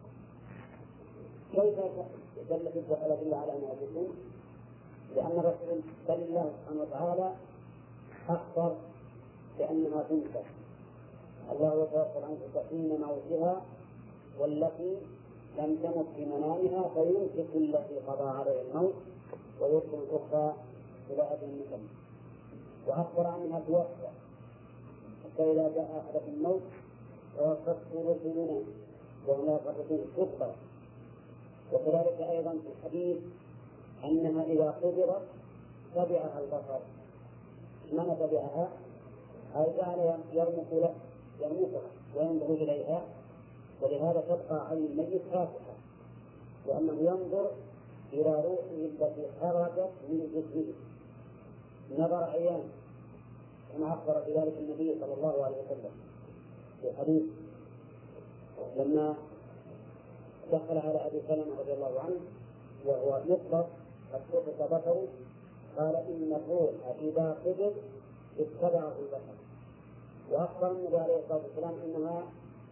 B: كيف دلت الدلالة على انها جسم؟ لأن الرسول صلى الله سبحانه وتعالى أخبر بأنها تنفخ. الله يتوفى الأنفس حين موتها والتي لم تمت في منامها فيمسك التي قضى عليها الموت ويرسل الأخرى إلى أجل مسمى. وأخبر أنها توفى حتى إذا جاء أحدكم الموت توفته رسلنا وهناك الرسول تكبر. وكذلك أيضا في الحديث أنها إذا قدرت تبعها البصر. من تبعها؟ أي جعل يرمقها وينظر إليها، ولهذا تبقى عين الميت فاتحة، لأنه ينظر إلى روحه التي خرجت من جسمه نظر عيان، كما أخبر بذلك النبي صلى الله عليه وسلم في حديث لما دخل على أبي سلمة رضي الله عنه وهو يقبض قد شفت بصره، قال إن الروح إذا قبض اتبعه البصر. وأخبر النبي عليه الصلاة والسلام إنها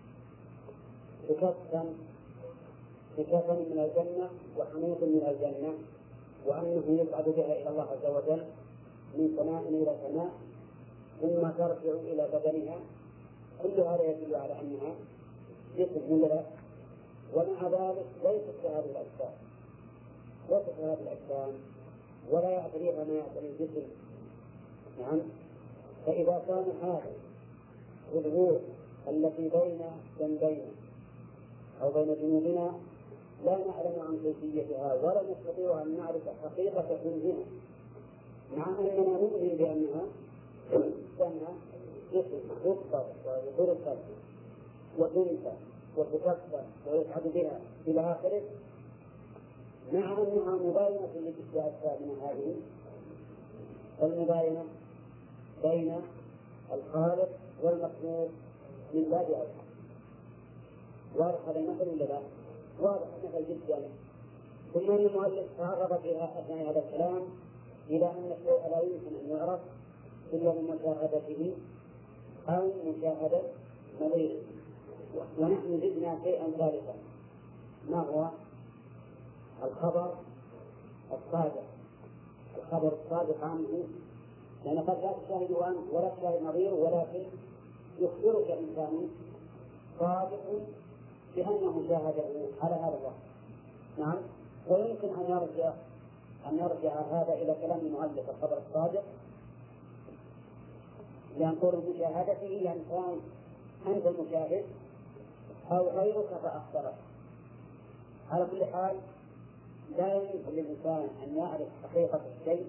B: بكفن من الجنة وحنوط من الجنة، وأنه يصعد بها إلى الله عز وجل من سماء إلى سماء ثم ترجع إلى بدنها. كل هذا يدل على أنها جسم من، ومع ذلك ليست كهذه الأجسام، ليست كهذه الأجسام ولا يعتريها ما يعتري الجسم. نعم، فإذا كان هذا الروح التي بين جنبينا أو بين جنوبنا لا نعلم عن كيفيتها ولا نستطيع أن نعرف حقيقة كنهنا، مع أننا نؤمن بأنها سمع جسم يكبر ويتركب وتنسى وتكبر ويسعد بها إلى آخره، مع أنها مباينة لأجسامنا هذه. المباينة بين الخالق والمخلوق من باب أولى. واضح هذا المثل ولا لا؟ واضح مثل جدا. ثم المؤلف تعرض فيها أثناء هذا الكلام إلى أن الشيء لا يمكن أن يعرف إلا بمشاهدته أو مشاهدة نظيره. ونحن زدنا شيئا ثالثا، ما هو؟ الخبر الصادق. الخبر الصادق عنه، لأن قد لا تشاهد أنت ولا تشاهد نظيره، ولكن يخبرك إنسان صادق بأنه شاهده على هذا الوقت. نعم، ويمكن أن يرجع هذا إلى كلام المؤلف الخبر الصادق، لأن قول مشاهدته يعني كان أنت المشاهد أو غيرك فأخبرك. على كل حال لا يمكن للإنسان أن يعرف حقيقة الشيء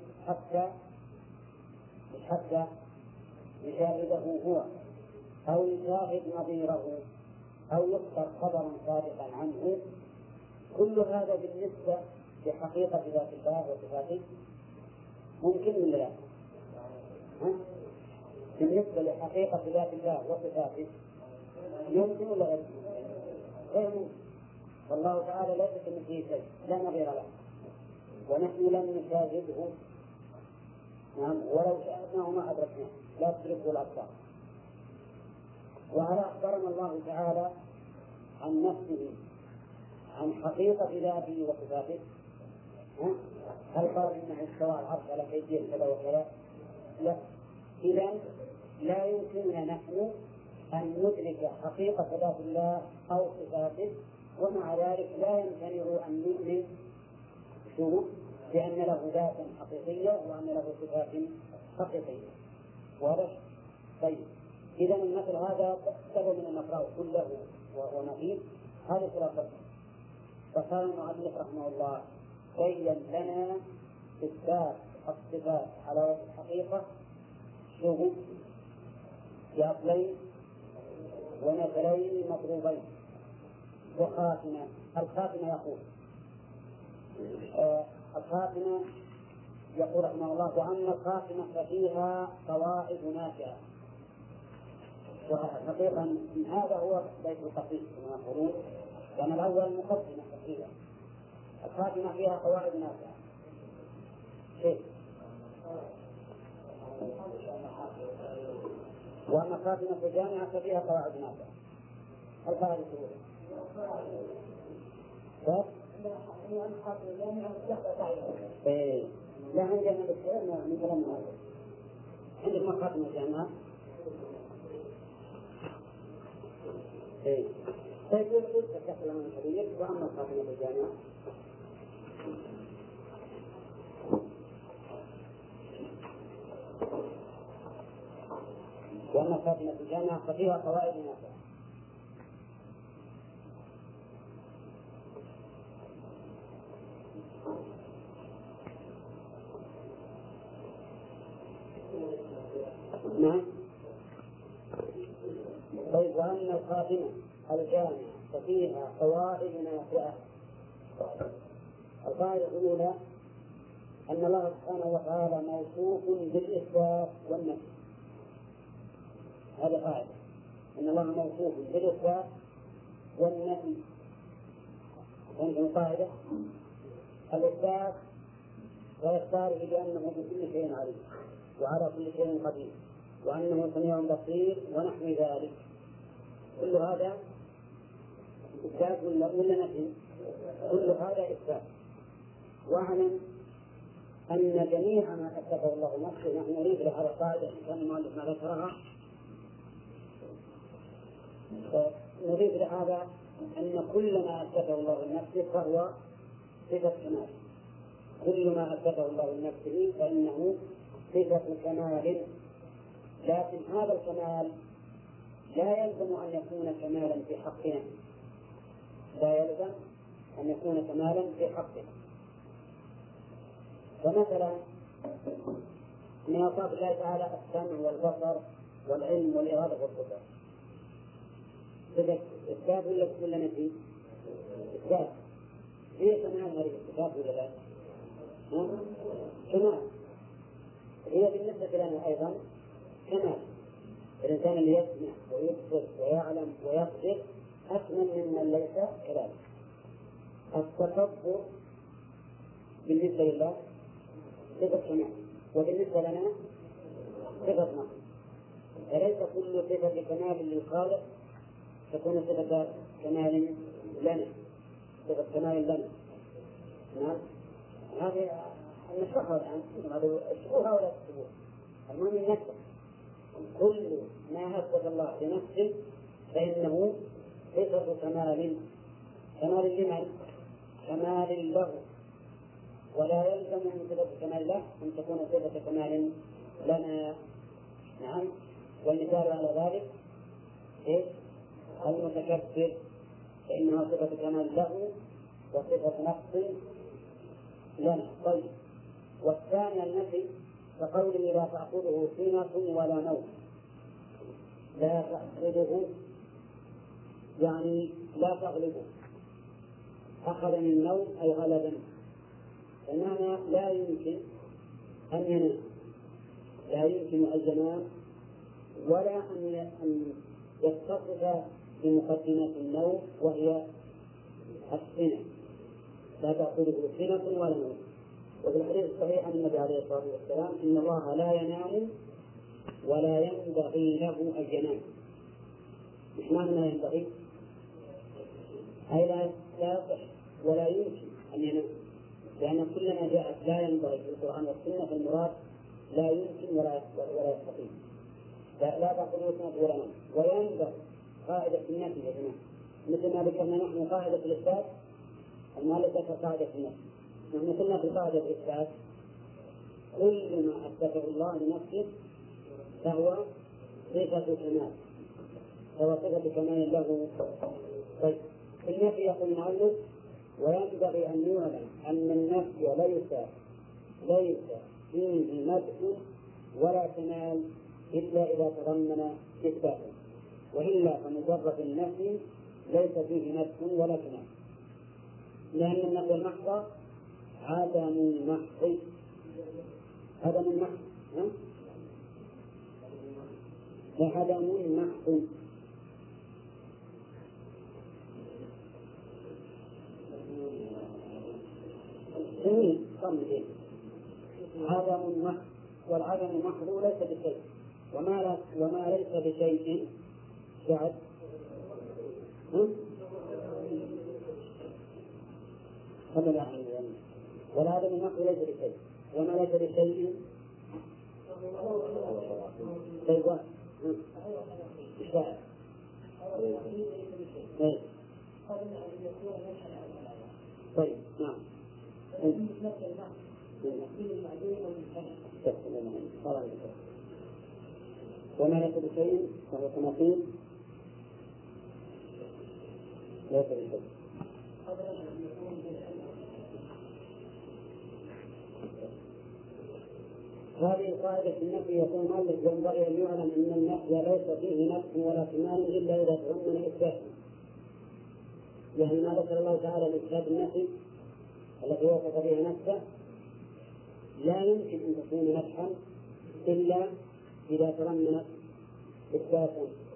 B: حتى يشاهده هو أو يشاهد نظيره أو يخبر خبرا صادقا عنه. كل هذا بالنسبة لحقيقة ذات الله وصفاته ممكن ولا لا؟ بالنسبة لحقيقة ذات الله وصفاته يمكن ولا غير ممكن؟ والله تعالى ليس كمثله شيء لا نظير له، ونحن لم نشاهده. نعم، ولو شاهدناه ما أدركناه، لا تدركه الأبصار. وهذا أخبرنا الله تعالى عن نفسه، عن حقيقة ذاته وصفاته، هل قال إنه استوى العرش على كيفية كذا وكذا؟ لا. إذا لا يمكننا نحن أن ندرك حقيقة ذات الله أو صفاته، ومع ذلك لا يمتنع أن نؤمن بأن له ذاتا حقيقية وأن له صفات حقيقية. واضح؟ طيب، إذا المثل هذا سبب من النقرأ كله ونفيذ هذه خلاصته. فقال المؤلف رحمه الله: بين لنا إثبات الصفات على وجه الحقيقة بأصلين ومثلين مضروبين وخاتمة. الخاتمة يقول رحمه الله: وأما الخاتمة ففيها قواعد نافعة. وحقيقة هذا هو بيت القصيد كما يقولون، لأن الأول مقدمة تقريبا. الخاتمة فيها قواعد نافعة. وأما الخاتمة الجامعة ففيها قواعد نافعة. القاعدة الأولى لا عندنا بالخير من كلام هذا. عندك مخاطم الجامعة. طيب يقول تكلم عن الحديث. وأما الخاتمة الجامعة ففيها قواعد نافعة. نعم. طيب، وأما الخاتمة الجامعة ففيها قواعد نافعة. القاعدة الأولى أن الله سبحانه وتعالى موصوف بالإثبات والنفي. هذه قاعدة، أن الله موصوف بالإثبات والنفي. عندنا قاعدة الإثبات ويختاره بأنه بكل شيء عليم وعلى كل شيء قدير وأنه سميع بصير ونحو ذلك. كل هذا إثبات ولا نفي؟ كل هذا إثبات. واعلم أن جميع ما أثبته الله نفسه، نحن نريد لهذا القاعدة إن كان المؤلف ما ذكرها، نريد لهذا أن كل ما أثبته الله لنفسه فهو صفة كمال. كل ما أثبته الله لنفسه فإنه صفة كمال، لكن هذا الكمال لا يلزم أن يكون كمالا في حقنا. لا يلزم أن يكون كمالا في حقنا. فمثلا من أوصاف الله تعالى السمع والبصر والعلم والإرادة والقدرة. إثبات ولا نفي؟ إثبات. هي كمال هذه الصفات ولا لا؟ كمال. هي بالنسبة لنا أيضا كمال. الإنسان اللي يسمع ويبصر ويعلم ويقدر أكمل ممن ليس كذلك. التكبر بالنسبة لله صفة كمال، وبالنسبة لنا صفة نقص. فليس كل صفة كمال للخالق تكون صفة كمال لنا، صفة كمال لنا. نعم، هذه نشرحها الآن. هذا الشبهة ولا الشبهة؟ المهم النفس. كل ما أثبت الله لنفسه فإنه صفة كمال. كمال لمن؟ كمال له. ولا يلزم من صفة كمال له أن تكون صفة كمال لنا. نعم. والمثال على ذلك المتكبر، فإنها صفة كمال له وصفة نقص لنا. طيب، والثاني النفي كقوله لا تأخذه سنة ولا نوم. لا تأخذه يعني لا تغلبه. أخذ من النوم أي غلبا. فمعنى لا يمكن أن ينام، لا يمكن أن ينام ولا أن يتصف بمقدمة النوم وهي السنة. لا تأخذه سنة ولا نوم. وفي الحديث الصحيح عن النبي عليه الصلاة والسلام إن الله لا ينام ولا ينبغي له أن ينام. مش معنى لا ينبغي أي لا يصح ولا يمكن أن ينام. لأن كل ما جاءت لا ينبغي في القرآن والسنة فالمراد لا يمكن ولا يستطيع، لا تأخذه سنة ولا نوم. وينبغي قاعدة النفي يا جماعة، مثل ما ذكرنا نحن قاعدة الإثبات المؤلف ذكر قاعدة النفي. نحن قلنا في قاعدة الإثبات كل ما أثبته الله لنفسه فهو صفة كمال، فهو صفة كمال له. طيب في النفي يقول المؤلف وينبغي أن يعلم أن النفي ليس فيه مدح ولا كمال إلا إذا تضمن إثباتا، وإلا فمجرد النفي ليس فيه مدح ولا كمال، لأن النفي المحض عدم محض. عدم محض عدم محض. جميل صمد عدم محض، والعدم محض ليس بشيء، وما ليس بشيء بعد والعدم المحض ليس بشيء، وما ليس بشيء طيب طيب نعم وما ليس بشيء فهو تماثيل ليس بشيء. هذه القاعدة في النفي يقول المؤلف ينبغي أن يعلم أن النفي ليس فيه نفس ولا كمال إلا إذا تضمن إثباتا، يعني ما ذكر الله تعالى لإثبات النفي التي وصف بها نفسه لا يمكن أن تكون نفسا إلا إذا تضمنت إثباتا